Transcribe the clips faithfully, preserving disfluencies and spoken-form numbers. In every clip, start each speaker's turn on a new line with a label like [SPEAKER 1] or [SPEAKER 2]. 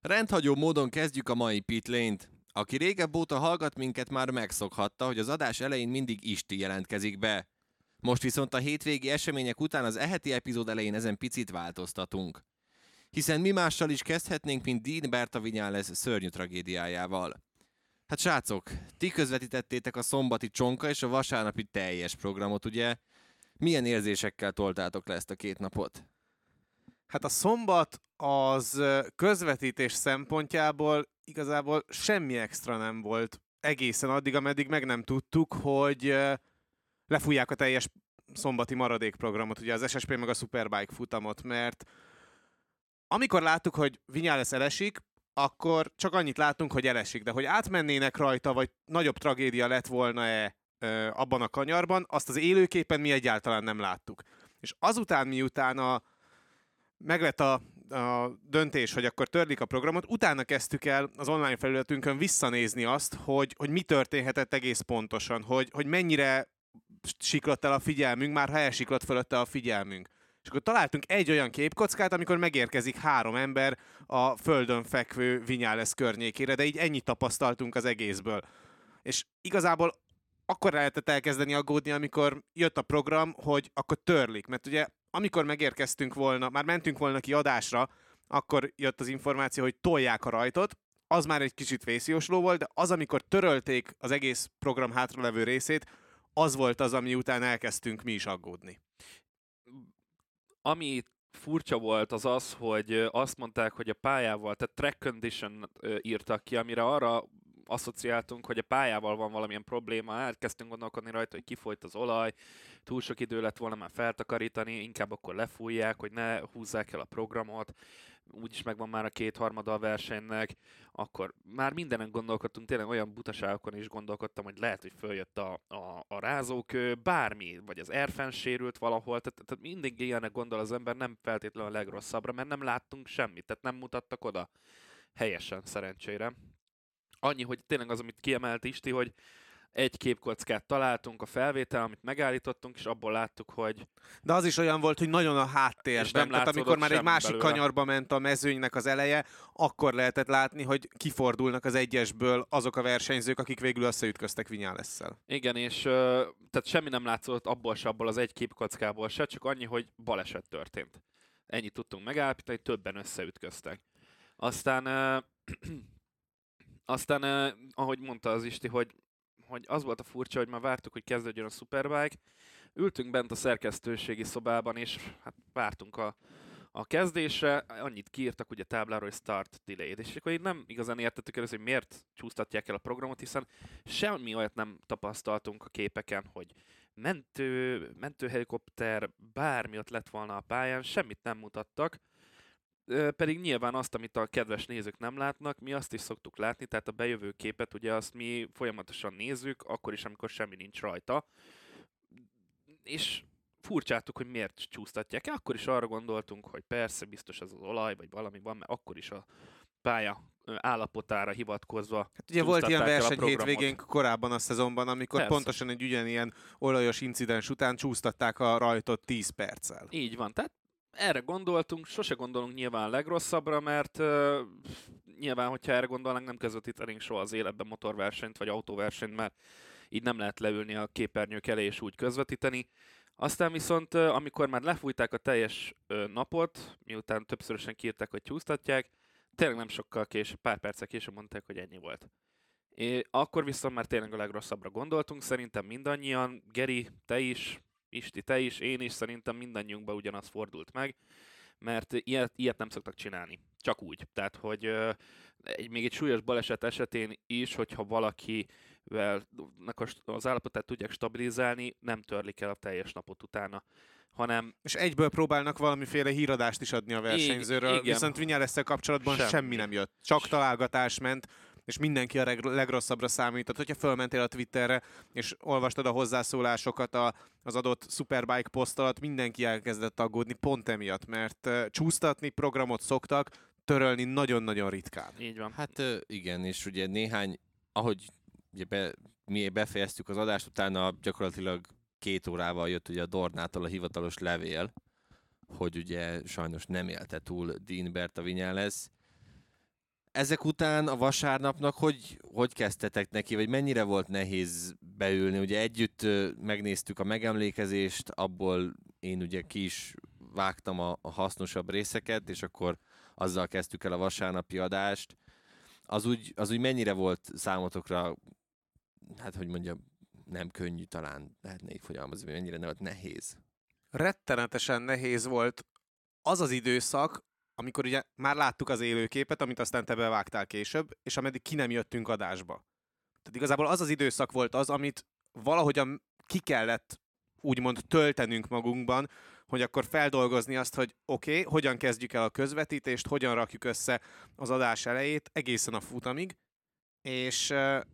[SPEAKER 1] Rendhagyó módon kezdjük a mai Pitlane-t. Aki régebb óta hallgat minket, már megszokhatta, hogy az adás elején mindig Isti jelentkezik be. Most viszont a hétvégi események után az eheti epizód elején ezen picit változtatunk. Hiszen mi mással is kezdhetnénk, mint Dean Berta Vinyales szörnyű tragédiájával. Hát srácok, ti közvetítettétek a szombati csonka és a vasárnapi teljes programot, ugye? Milyen érzésekkel toltátok le ezt a két napot?
[SPEAKER 2] Hát a szombat az közvetítés szempontjából igazából semmi extra nem volt egészen addig, ameddig meg nem tudtuk, hogy lefújják a teljes szombati maradékprogramot, ugye az es es pé meg a Superbike futamot, mert amikor láttuk, hogy Vinyales elesik, akkor csak annyit láttunk, hogy elesik, de hogy átmennének rajta, vagy nagyobb tragédia lett volna-e abban a kanyarban, azt az élőképen mi egyáltalán nem láttuk. És azután, miután a meglett a, a döntés, hogy akkor törlik a programot, utána kezdtük el az online felületünkön visszanézni azt, hogy, hogy mi történhetett egész pontosan, hogy, hogy mennyire siklott el a figyelmünk, már ha elsiklott fölötte a figyelmünk. És akkor találtunk egy olyan képkockát, amikor megérkezik három ember a földön fekvő Vinyales környékére, de így ennyit tapasztaltunk az egészből. És igazából akkor lehetett elkezdeni aggódni, amikor jött a program, hogy akkor törlik, mert ugye amikor megérkeztünk volna, már mentünk volna ki adásra, akkor jött az információ, hogy tolják a rajtot, az már egy kicsit vészjósló volt, de az, amikor törölték az egész program hátralevő részét, az volt az, ami után elkezdtünk mi is aggódni.
[SPEAKER 3] Ami furcsa volt az az, hogy azt mondták, hogy a pályával, tehát track condition írtak ki, amire arra asszociáltunk, hogy a pályával van valamilyen probléma, elkezdtünk gondolkodni rajta, hogy kifolyt az olaj, túl sok idő lett volna már feltakarítani, inkább akkor lefújják, hogy ne húzzák el a programot, úgyis megvan már a kétharmada a versenynek, akkor már mindenen gondolkodtunk, tényleg olyan butaságokon is gondolkodtam, hogy lehet, hogy följött a, a, a rázókő, bármi, vagy az airfan sérült valahol, tehát, tehát mindig ilyenek gondol az ember, nem feltétlenül a legrosszabbra, mert nem láttunk semmit, tehát nem mutattak oda helyesen, szerencsére. Annyi, hogy tényleg az, amit kiemelt Isti, hogy egy képkockát találtunk a felvétel, amit megállítottunk, és abból láttuk, hogy...
[SPEAKER 2] De az is olyan volt, hogy nagyon a háttérben, tehát amikor már egy másik belőle. Kanyarba ment a mezőnynek az eleje, akkor lehetett látni, hogy kifordulnak az egyesből azok a versenyzők, akik végül összeütköztek Vinyalesszel.
[SPEAKER 3] Igen, és uh, tehát semmi nem látszott abból se, abból az egy képkockából se, csak annyi, hogy baleset történt. Ennyit tudtunk megállapítani, többen összeütköztek. Aztán... Uh, Aztán, eh, ahogy mondta az Isti, hogy, hogy az volt a furcsa, hogy már vártuk, hogy kezdődjön a Superbike. Ültünk bent a szerkesztőségi szobában, és hát vártunk a, a kezdésre. Annyit kiírtak ugye tábláról, hogy start delayed. És akkor így nem igazán értettük először, hogy miért csúsztatják el a programot, hiszen semmi olyat nem tapasztaltunk a képeken, hogy mentő, mentőhelikopter, bármi ott lett volna a pályán, semmit nem mutattak. Pedig nyilván azt, amit a kedves nézők nem látnak, mi azt is szoktuk látni, tehát a bejövő képet, ugye azt mi folyamatosan nézzük, akkor is, amikor semmi nincs rajta. És furcsáltuk, hogy miért csúsztatják. Akkor is arra gondoltunk, hogy persze, biztos ez az olaj, vagy valami van, mert akkor is a pálya állapotára hivatkozva.
[SPEAKER 2] Hát ugye volt ilyen verseny hétvégén korábban a szezonban, amikor persze. Pontosan egy ugyanilyen olajos incidens után csúsztatták a rajtot tíz perccel.
[SPEAKER 3] Így van, tehát erre gondoltunk, sose gondolunk nyilván a legrosszabbra, mert uh, nyilván, hogyha erre gondolnánk, nem közvetítenénk soha az életben motorversenyt vagy autóversenyt, mert így nem lehet leülni a képernyők elé és úgy közvetíteni. Aztán viszont, uh, amikor már lefújták a teljes uh, napot, miután többszörösen kiírták, hogy csúsztatják, tényleg nem sokkal később, pár perccel később mondták, hogy ennyi volt. É, akkor viszont már tényleg a legrosszabbra gondoltunk, szerintem mindannyian, Geri, te is, Isti, te is, én is, szerintem mindannyiunkban ugyanaz fordult meg, mert ilyet, ilyet nem szoktak csinálni. Csak úgy. Tehát, hogy uh, egy, még egy súlyos baleset esetén is, hogyha valakivel az állapotát tudják stabilizálni, nem törlik el a teljes napot utána, hanem...
[SPEAKER 2] És egyből próbálnak valamiféle híradást is adni a versenyzőről, igen. Viszont Vinyalesszel kapcsolatban semmi. semmi nem jött. Csak találgatás ment, és mindenki a legrosszabbra számított. Hogyha fölmentél a Twitterre, és olvastad a hozzászólásokat a, az adott Superbike poszt alatt, mindenki elkezdett aggódni pont emiatt, mert uh, csúsztatni programot szoktak, törölni nagyon-nagyon ritkán.
[SPEAKER 3] Így van.
[SPEAKER 1] Hát uh, igen, és ugye néhány, ahogy ugye be, mi befejeztük az adást, utána gyakorlatilag két órával jött ugye a Dornától a hivatalos levél, hogy ugye sajnos nem élte túl Dean Berta Vinyales. ezek után a vasárnapnak hogy, hogy kezdtetek neki, vagy mennyire volt nehéz beülni? Ugye együtt ö, megnéztük a megemlékezést, abból én ugye ki is vágtam a, a hasznosabb részeket, és akkor azzal kezdtük el a vasárnapi adást. Az úgy, az úgy mennyire volt számotokra, hát hogy mondjam, nem könnyű talán, lehetne így fogalmazni, mennyire nem volt nehéz?
[SPEAKER 2] Rettenetesen nehéz volt az az időszak, amikor ugye már láttuk az élőképet, amit aztán te bevágtál később, és ameddig ki nem jöttünk adásba. Tehát igazából az az időszak volt az, amit valahogyan ki kellett úgymond töltenünk magunkban, hogy akkor feldolgozni azt, hogy oké, okay, hogyan kezdjük el a közvetítést, hogyan rakjuk össze az adás elejét egészen a futamig, és,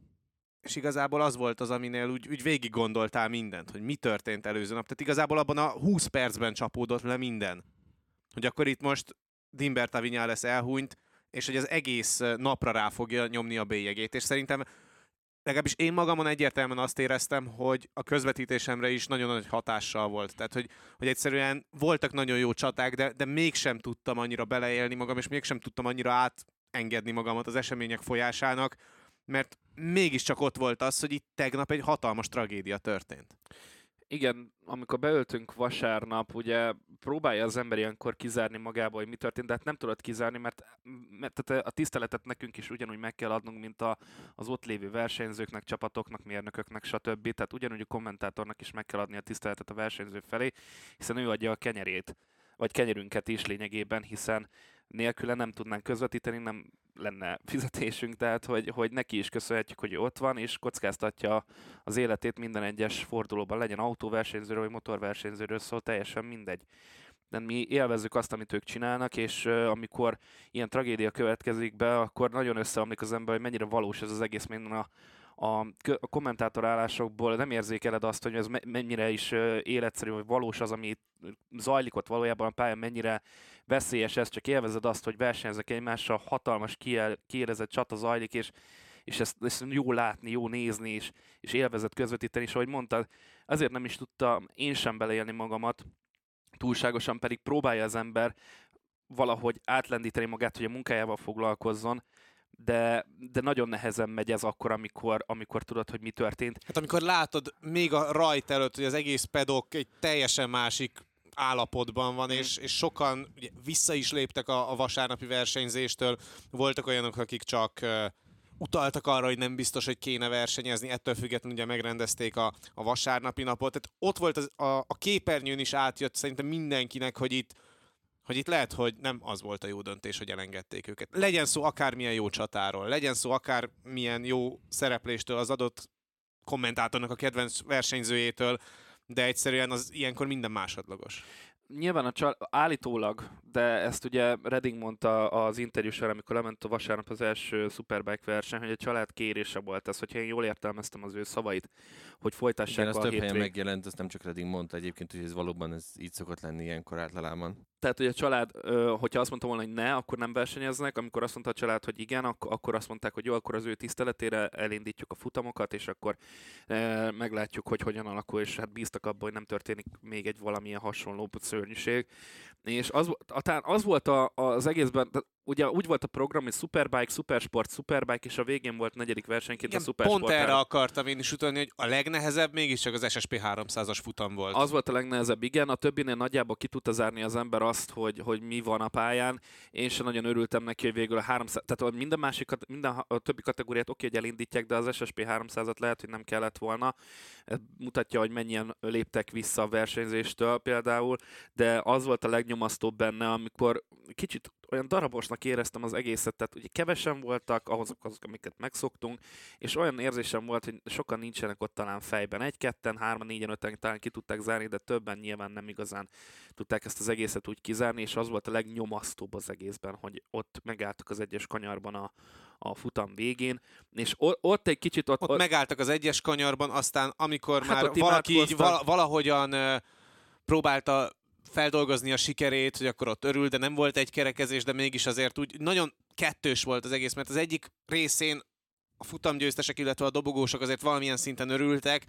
[SPEAKER 2] és igazából az volt az, aminél úgy, úgy végig gondoltál mindent, hogy mi történt előző nap. Tehát igazából abban a húsz percben csapódott le minden. Hogy akkor itt most Dimberta Viñales elhunyt, és hogy az egész napra rá fogja nyomni a bélyegét. És szerintem legalábbis én magamon egyértelműen azt éreztem, hogy a közvetítésemre is nagyon nagy hatással volt. Tehát, hogy, hogy egyszerűen voltak nagyon jó csaták, de, de mégsem tudtam annyira beleélni magam, és mégsem tudtam annyira átengedni magamat az események folyásának, mert mégiscsak ott volt az, hogy itt tegnap egy hatalmas tragédia történt.
[SPEAKER 3] Igen, amikor beöltünk vasárnap, ugye próbálja az ember ilyenkor kizárni magába, hogy mi történt, de hát nem tudod kizárni, mert, mert tehát a tiszteletet nekünk is ugyanúgy meg kell adnunk, mint a, az ott lévő versenyzőknek, csapatoknak, mérnököknek, stb. Tehát ugyanúgy a kommentátornak is meg kell adni a tiszteletet a versenyző felé, hiszen ő adja a kenyerét, vagy kenyerünket is lényegében, hiszen nélküle nem tudnánk közvetíteni, nem lenne fizetésünk, tehát hogy, hogy neki is köszönhetjük, hogy ott van, és kockáztatja az életét minden egyes fordulóban, legyen autóversenyzőről, vagy motorversenyzőről, szóval teljesen mindegy. De mi élvezzük azt, amit ők csinálnak, és uh, amikor ilyen tragédia következik be, akkor nagyon összeomlik az ember, hogy mennyire valós ez az egész, minden a A, a kommentátorállásokból nem érzékeled azt, hogy ez mennyire is életszerű, vagy valós az, ami zajlik ott valójában a pályán, mennyire veszélyes ez, csak élvezed azt, hogy versenyezek egymással, hatalmas kiélezett csata zajlik, és, és ezt, ezt jó látni, jó nézni, és, és élvezed közvetíteni, és ahogy mondtad, azért nem is tudtam én sem beleélni magamat, túlságosan pedig próbálja az ember valahogy átlendíteni magát, hogy a munkájával foglalkozzon, De, de nagyon nehezen megy ez akkor, amikor, amikor tudod, hogy mi történt.
[SPEAKER 2] Hát amikor látod még a rajt előtt, hogy az egész pedok egy teljesen másik állapotban van, mm. és, és sokan ugye, vissza is léptek a, a vasárnapi versenyzéstől. Voltak olyanok, akik csak uh, utaltak arra, hogy nem biztos, hogy kéne versenyezni, ettől függetlenül ugye megrendezték a, a vasárnapi napot. Tehát ott volt az, a, a képernyőn is átjött szerintem mindenkinek, hogy itt hogy itt lehet, hogy nem az volt a jó döntés, hogy elengedték őket. Legyen szó akármilyen jó csatáról, legyen szó akármilyen jó szerepléstől az adott kommentátornak a kedvenc versenyzőjétől, de egyszerűen az ilyenkor minden másodlagos.
[SPEAKER 3] Nyilván a csal- állítólag, de ezt ugye Redding mondta az interjú során, amikor lement a vasárnap az első Superbike verseny, hogy a család kérése volt ez, hogyha én jól értelmeztem az ő szavait, hogy folytassák
[SPEAKER 1] igen,
[SPEAKER 3] a
[SPEAKER 1] az több
[SPEAKER 3] hétvég...
[SPEAKER 1] helyen megjelent, azt nem csak Redding mondta egyébként, hogy ez valóban ez így szokott lenni ilyenkor általában.
[SPEAKER 3] Tehát, hogy a család, hogyha azt mondta volna, hogy ne, akkor nem versenyeznek, amikor azt mondta a család, hogy igen, akkor azt mondták, hogy jó, akkor az ő tiszteletére elindítjuk a futamokat, és akkor meglátjuk, hogy hogyan alakul, és hát bíztak abban, hogy nem történik még egy valamilyen hasonló szörnyűség. És az, az volt a, az egészben, ugye úgy volt a program, hogy Superbike, Supersport, Superbike, és a végén volt negyedik versenyként igen, a Supersport.
[SPEAKER 2] Pont erre akartam én is utalni, hogy a legnehezebb mégiscsak az es es pé háromszázas futam volt.
[SPEAKER 3] Az volt a legnehezebb, igen. A többinél nagyjából ki tudta zárni az ember azt, hogy, hogy mi van a pályán. Én sem nagyon örültem neki, hogy végül a háromszáz, tehát minden másik, minden a többi kategóriát oké, hogy elindítják, de az es es pé háromszázat lehet, hogy nem kellett volna. Ez mutatja, hogy mennyien léptek vissza a versenyzéstől például, de az volt a legnyomasztóbb benne, amikor kicsit olyan darabosnak éreztem az egészet, tehát ugye kevesen voltak, ahhoz azok, amiket megszoktunk, és olyan érzésem volt, hogy sokan nincsenek ott talán fejben. Egy-ketten, hárman, négyen, öten talán ki tudták zárni, de többen nyilván nem igazán tudták ezt az egészet úgy kizárni, és az volt a legnyomasztóbb az egészben, hogy ott megálltak az egyes kanyarban a, a futam végén, és o- ott egy kicsit... Ott,
[SPEAKER 2] ott,
[SPEAKER 3] ott
[SPEAKER 2] megálltak az egyes kanyarban, aztán amikor
[SPEAKER 3] hát
[SPEAKER 2] már valaki így val- valahogyan uh, próbálta feldolgozni a sikerét, hogy akkor ott örül, de nem volt egy kerekezés, de mégis azért úgy nagyon kettős volt az egész, mert az egyik részén a futamgyőztesek, illetve a dobogósok azért valamilyen szinten örültek,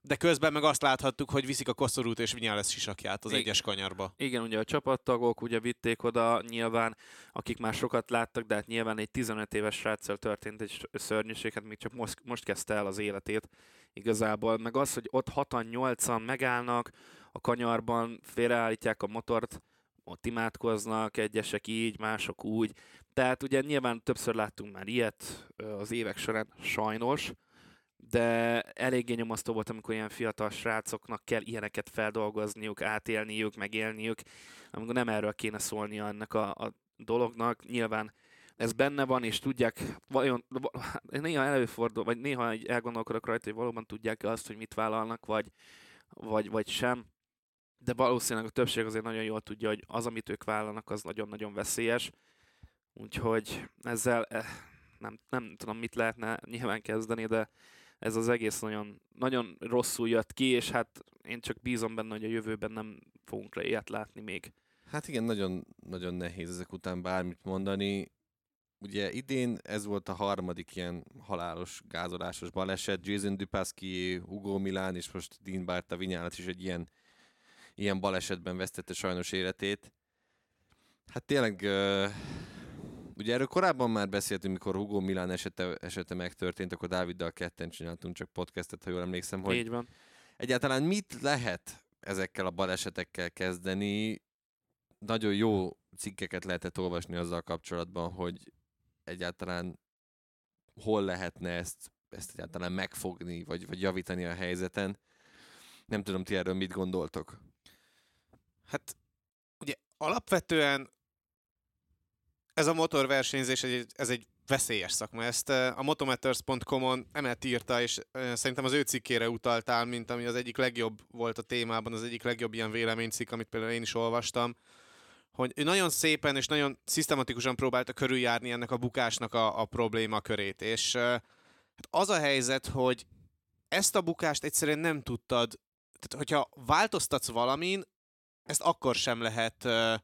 [SPEAKER 2] de közben meg azt láthattuk, hogy viszik a Koszorút és Vinyales sisakját az
[SPEAKER 3] Igen.
[SPEAKER 2] egyes kanyarba.
[SPEAKER 3] Igen, ugye a csapattagok ugye vitték oda nyilván, akik már sokat láttak, de hát nyilván egy tizenöt éves sráccal történt egy szörnyűség, hát még csak most, most kezdte el az életét igazából. Meg az, hogy ott hatan, nyolcan megállnak a kanyarban, félreállítják a motort, ott imádkoznak, egyesek így, mások úgy. Tehát ugye nyilván többször láttunk már ilyet az évek során, sajnos, de eléggé nyomasztó volt, amikor ilyen fiatal srácoknak kell ilyeneket feldolgozniuk, átélniük, megélniük, amikor nem erről kéne szólnia ennek a, a dolognak. Nyilván ez benne van, és tudják, vajon, néha előfordul, vagy néha elgondolkodok rajta, hogy valóban tudják azt, hogy mit vállalnak, vagy, vagy, vagy sem. De valószínűleg a többség azért nagyon jól tudja, hogy az, amit ők vállalnak, az nagyon-nagyon veszélyes. Úgyhogy ezzel nem, nem tudom, mit lehetne nyilván kezdeni, de ez az egész nagyon, nagyon rosszul jött ki, és hát én csak bízom benne, hogy a jövőben nem fogunk le ilyet látni még.
[SPEAKER 1] Hát igen, nagyon, nagyon nehéz ezek után bármit mondani. Ugye idén ez volt a harmadik ilyen halálos, gázolásos baleset. Jason Dupasquier, Hugo Milán és most Dean Barta Vinyales is egy ilyen, ilyen balesetben vesztette sajnos életét. Hát tényleg, uh, ugye erről korábban már beszéltünk, mikor Hugo Milán esete, esete megtörtént, akkor Dáviddal ketten csináltunk csak podcastet, ha jól emlékszem, hogy
[SPEAKER 3] Így van.
[SPEAKER 1] egyáltalán mit lehet ezekkel a balesetekkel kezdeni. Nagyon jó cikkeket lehetett olvasni azzal kapcsolatban, hogy egyáltalán hol lehetne ezt, ezt egyáltalán megfogni, vagy, vagy javítani a helyzeten. Nem tudom, ti erről mit gondoltok?
[SPEAKER 2] Hát ugye alapvetően ez a motorversenyzés, ez egy veszélyes szakma. Ezt a motomatters pont com-on Emet írta, és szerintem az ő cikkére utaltál, mint ami az egyik legjobb volt a témában, az egyik legjobb ilyen véleménycikk, amit például én is olvastam, hogy ő nagyon szépen és nagyon szisztematikusan próbálta körüljárni ennek a bukásnak a, a probléma körét. És hát az a helyzet, hogy ezt a bukást egyszerűen nem tudtad, tehát hogyha változtatsz valamin, ezt akkor sem lehet uh,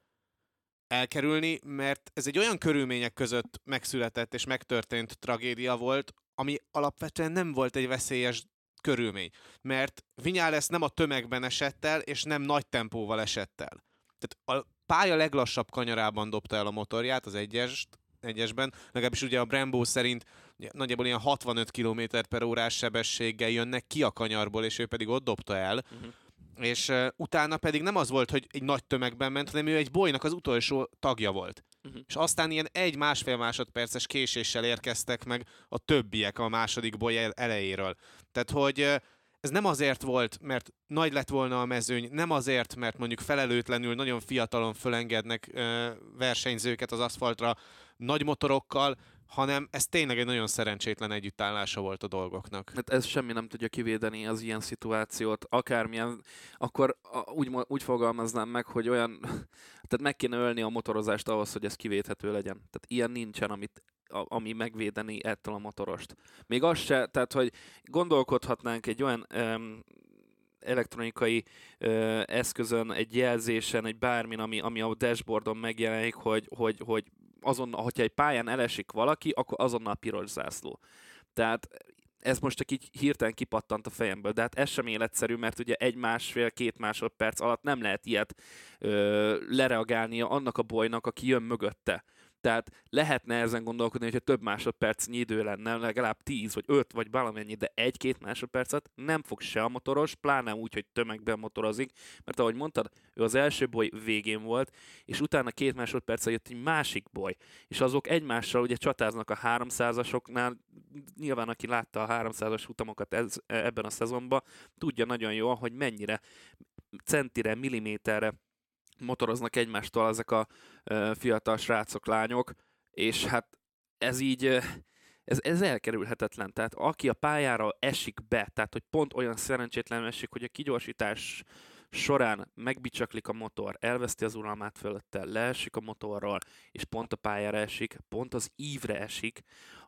[SPEAKER 2] elkerülni, mert ez egy olyan körülmények között megszületett és megtörtént tragédia volt, ami alapvetően nem volt egy veszélyes körülmény. Mert Vinyales nem a tömegben esett el, és nem nagy tempóval esett el. Tehát a pálya leglassabb kanyarában dobta el a motorját, az egyes, egyesben, legalábbis ugye a Brembo szerint ugye, nagyjából ilyen hatvanöt kilométer per órás sebességgel jönnek ki a kanyarból, és ő pedig ott dobta el. Uh-huh. És uh, utána pedig nem az volt, hogy egy nagy tömegben ment, hanem ő egy bolynak az utolsó tagja volt. Uh-huh. És aztán ilyen egy-másfél másodperces késéssel érkeztek meg a többiek a második boly elejéről. Tehát, hogy uh, ez nem azért volt, mert nagy lett volna a mezőny, nem azért, mert mondjuk felelőtlenül nagyon fiatalon fölengednek ö, versenyzőket az aszfaltra nagy motorokkal, hanem ez tényleg egy nagyon szerencsétlen együttállása volt a dolgoknak.
[SPEAKER 3] Hát ez semmi nem tudja kivédeni az ilyen szituációt, akármilyen, akkor úgy, úgy fogalmaznám meg, hogy olyan, tehát meg kéne ölni a motorozást ahhoz, hogy ez kivédhető legyen. Tehát ilyen nincsen, amit ami megvédeni ettől a motorost. Még az se, tehát, hogy gondolkodhatnánk egy olyan um, elektronikai uh, eszközön, egy jelzésen, egy bármin, ami, ami a dashboardon megjelenik, hogy, hogy, hogy azonnal, hogyha egy pályán elesik valaki, akkor azonnal piros zászló. Tehát ez most csak így hirtelen kipattant a fejemből, de hát ez sem életszerű, mert ugye egy másfél-két másodperc alatt nem lehet ilyet ö, lereagálnia annak a bolynak, aki jön mögötte. Tehát lehetne ezen gondolkodni, hogyha több másodpercnyi idő lenne, legalább tíz vagy öt vagy valamennyi, de egy-két másodpercet nem fog se a motoros, pláne úgy, hogy tömegben motorozik, mert ahogy mondtad, ő az első boly végén volt, és utána két másodperccel jött egy másik boly, és azok egymással ugye csatáznak a háromszázasoknál, nyilván aki látta a háromszázas futamokat ez, ebben a szezonban, tudja nagyon jól, hogy mennyire centire, milliméterre motoroznak egymástól ezek a uh, fiatal srácok, lányok, és hát ez így, uh, ez, ez elkerülhetetlen. Tehát aki a pályára esik be, tehát hogy pont olyan szerencsétlen esik, hogy a kigyorsítás során megbicsaklik a motor, elveszti az uralmát fölötte, leesik a motorról, és pont a pályára esik, pont az ívre esik.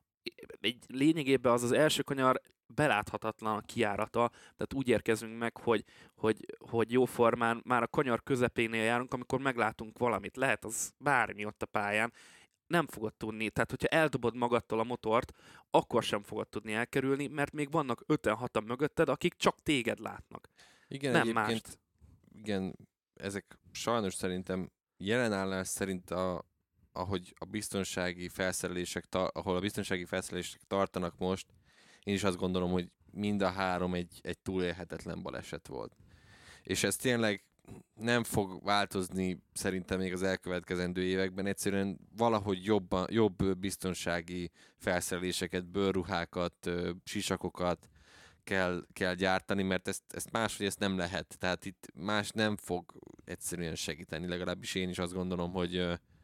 [SPEAKER 3] Egy, lényegében az az első kanyar beláthatatlan a kijárata, tehát úgy érkezünk meg, hogy, hogy, hogy jóformán már a kanyar közepénél járunk, amikor meglátunk valamit. Lehet az bármi ott a pályán. nem fogod tudni. Tehát, hogyha eldobod magadtól a motort, akkor sem fogod tudni elkerülni, mert még vannak öten-hatan mögötted, akik csak téged látnak.
[SPEAKER 1] Igen,
[SPEAKER 3] nem
[SPEAKER 1] egyébként,
[SPEAKER 3] mást.
[SPEAKER 1] igen, ezek sajnos szerintem jelenállás szerint, a, ahogy a biztonsági felszerelések, tar- ahol a biztonsági felszerelések tartanak most, én is azt gondolom, hogy mind a három egy, egy túlélhetetlen baleset volt. És ez tényleg nem fog változni szerintem még az elkövetkezendő években. Egyszerűen valahogy jobban, jobb biztonsági felszereléseket, bőrruhákat, sisakokat kell, kell gyártani, mert ezt, ezt máshogy ezt nem lehet. Tehát itt más nem fog egyszerűen segíteni. Legalábbis én is azt gondolom, hogy,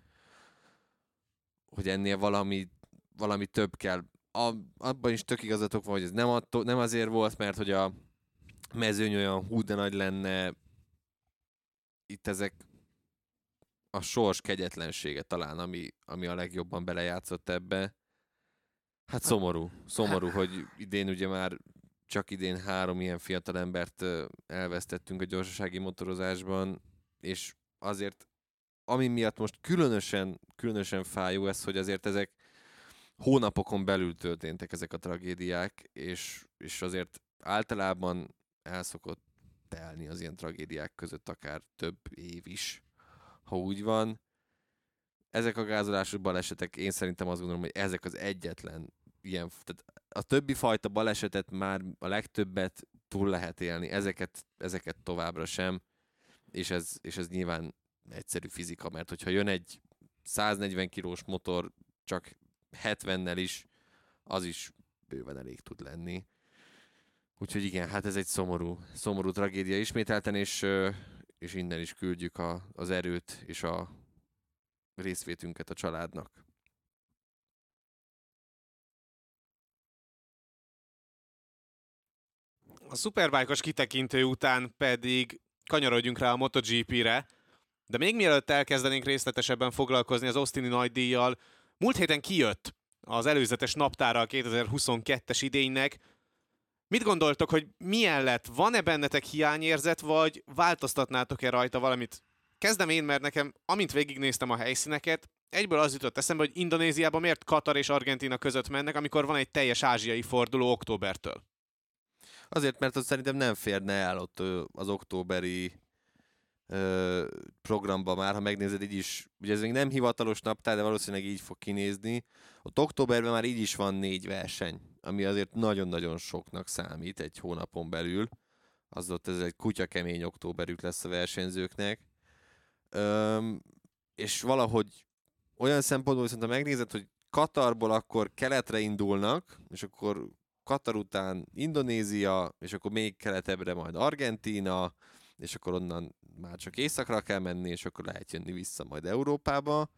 [SPEAKER 1] hogy ennél valami, valami több kell. A, abban is tök igazatok van, hogy ez nem, attól, nem azért volt, mert hogy a mezőny olyan hú de nagy lenne. Itt ezek a sors kegyetlensége talán, ami, ami a legjobban belejátszott ebbe. Hát szomorú. Szomorú, hogy idén ugye már csak idén három ilyen fiatal embert elvesztettünk a gyorsasági motorozásban, és azért, ami miatt most különösen, különösen fájó ez, hogy azért ezek hónapokon belül történtek ezek a tragédiák, és, és azért általában elszokott telni az ilyen tragédiák között akár több év is, ha úgy van. Ezek a gázolásos balesetek, én szerintem azt gondolom, hogy ezek az egyetlen ilyen, tehát a többi fajta balesetet már a legtöbbet túl lehet élni, ezeket, ezeket továbbra sem, és ez, és ez nyilván egyszerű fizika, mert hogyha jön egy száznegyven kilós motor csak hetvennel is, az is bőven elég tud lenni. Úgyhogy igen, hát ez egy szomorú, szomorú tragédia ismételten, és, és innen is küldjük a, az erőt és a részvétünket a családnak.
[SPEAKER 2] A szuperbike-os kitekintő után pedig kanyarodjunk rá a MotoGP-re, de még mielőtt elkezdenénk részletesebben foglalkozni az Austini nagydíjjal, múlt héten kijött az előzetes naptára a kétezer-huszonkettes idénynek. Mit gondoltok, hogy milyen lett? Van-e bennetek hiányérzet, vagy változtatnátok-e rajta valamit? Kezdem én, mert nekem, amint végignéztem a helyszíneket, egyből az jutott eszembe, hogy Indonéziában miért Katar és Argentína között mennek, amikor van egy teljes ázsiai forduló októbertől.
[SPEAKER 1] Azért, mert az szerintem nem férne el ott az októberi ö, programba már, ha megnézed így is, ugye ez még nem hivatalos naptár, de valószínűleg így fog kinézni. Ott októberben már így is van négy verseny, ami azért nagyon-nagyon soknak számít egy hónapon belül. Az ott ez egy kutyakemény októberük lesz a versenyzőknek. Öm, és valahogy olyan szempontból viszont, ha megnézed, hogy Katarból akkor keletre indulnak, és akkor Katar után Indonézia, és akkor még keletebbre majd Argentína, és akkor onnan már csak északra kell menni, és akkor lehet jönni vissza majd Európába.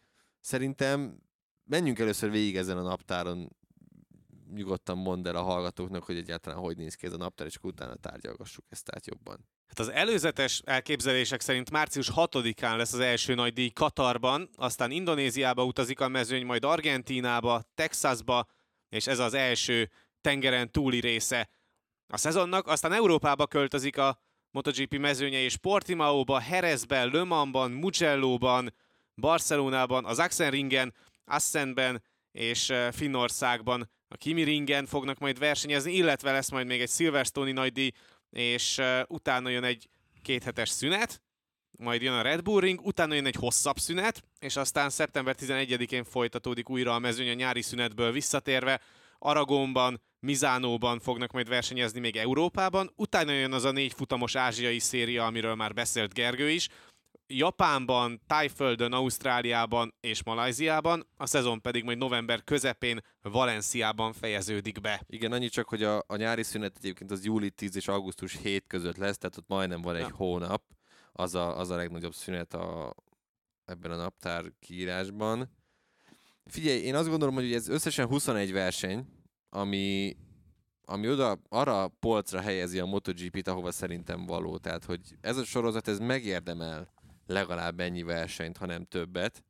[SPEAKER 1] Szerintem menjünk először végig ezen a naptáron, nyugodtan mondd el a hallgatóknak, hogy egyáltalán hogy néz ki ez a naptár, és akkor utána tárgyalgassuk ezt át jobban.
[SPEAKER 2] Hát az előzetes elképzelések szerint március hatodikán lesz az első nagy díj Katarban, aztán Indonéziába utazik a mezőny, majd Argentínába, Texasba, és ez az első tengeren túli része a szezonnak. Aztán Európába költözik a MotoGP mezőnye, és Portimaóba, Jerezben, Le Mansban, Mugello-ban, Barcelonában, az Sachsenringen, Assenben és Finnországban a Kimi ringen fognak majd versenyezni, illetve lesz majd még egy Silverstone-i nagydíj, és utána jön egy kéthetes szünet, majd jön a Red Bull Ring, utána jön egy hosszabb szünet, és aztán szeptember tizenegyedikén folytatódik újra a mezőny a nyári szünetből visszatérve. Aragonban, Misánóban fognak majd versenyezni még Európában, utána jön az a négy futamos ázsiai széria, amiről már beszélt Gergő is, Japánban, Tájföldön, Ausztráliában és Malajziában, a szezon pedig majd november közepén Valenciában fejeződik be.
[SPEAKER 1] Igen, annyi csak, hogy a, a nyári szünet egyébként az júli tíz és augusztus hét között lesz, tehát ott majdnem van egy ja. hónap, az a, az a legnagyobb szünet a, ebben a naptár kiírásban. Figyelj, én azt gondolom, hogy ez összesen huszonegy verseny, ami, ami oda, arra a polcra helyezi a MotoGP-t, ahova szerintem való. Tehát, hogy ez a sorozat, ez megérdemel legalább ennyi versenyt, ha nem többet.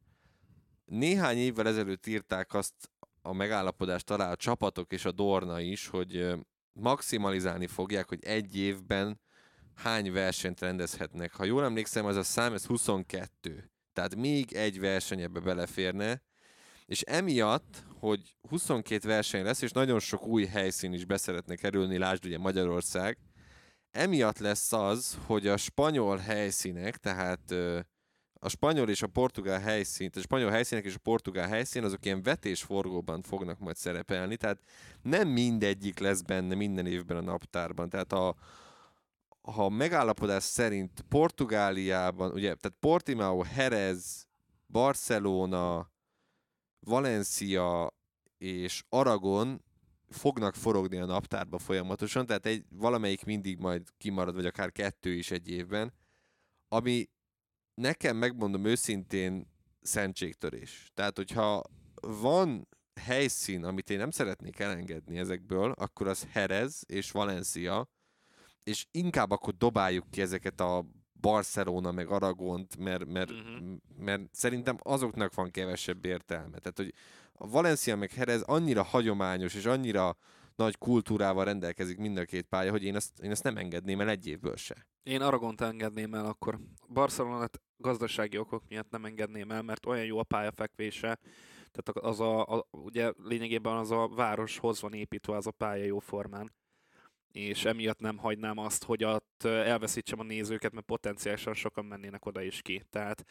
[SPEAKER 1] Néhány évvel ezelőtt írták azt a megállapodást talán a csapatok és a Dorna is, hogy maximalizálni fogják, hogy egy évben hány versenyt rendezhetnek. Ha jól emlékszem, az a szám, ez huszonkettő. Tehát még egy verseny ebbe beleférne, És emiatt, hogy huszonkét verseny lesz, és nagyon sok új helyszín is beszeretne kerülni, lásd ugye Magyarország, emiatt lesz az, hogy a spanyol helyszínek, tehát ö, a spanyol és a portugál helyszín, tehát a spanyol helyszínek és a portugál helyszín, azok ilyen vetésforgóban fognak majd szerepelni, tehát nem mindegyik lesz benne minden évben a naptárban. Tehát a, ha a megállapodás szerint Portugáliában, ugye, tehát Portimao, Jerez, Barcelona, Valencia és Aragon fognak forogni a naptárba folyamatosan, tehát egy, valamelyik mindig majd kimarad, vagy akár kettő is egy évben, ami nekem, megmondom őszintén, szentségtörés. Tehát, hogyha van helyszín, amit én nem szeretnék elengedni ezekből, akkor az Jerez és Valencia, és inkább akkor dobáljuk ki ezeket a Barcelona meg Aragont, mert, mert, uh-huh. mert szerintem azoknak van kevesebb értelme. Tehát, hogy a Valencia meg Jerez annyira hagyományos, és annyira nagy kultúrával rendelkezik mind a két pálya, hogy én ezt, én ezt nem engedném el egy évből se.
[SPEAKER 3] Én Aragont engedném el akkor. Barcelonát gazdasági okok miatt nem engedném el, mert olyan jó a pályafekvése, tehát az a, a, ugye lényegében az a városhoz van építve az a pálya jó formán, és emiatt nem hagynám azt, hogy ott elveszítsem a nézőket, mert potenciálisan sokan mennének oda is ki. Tehát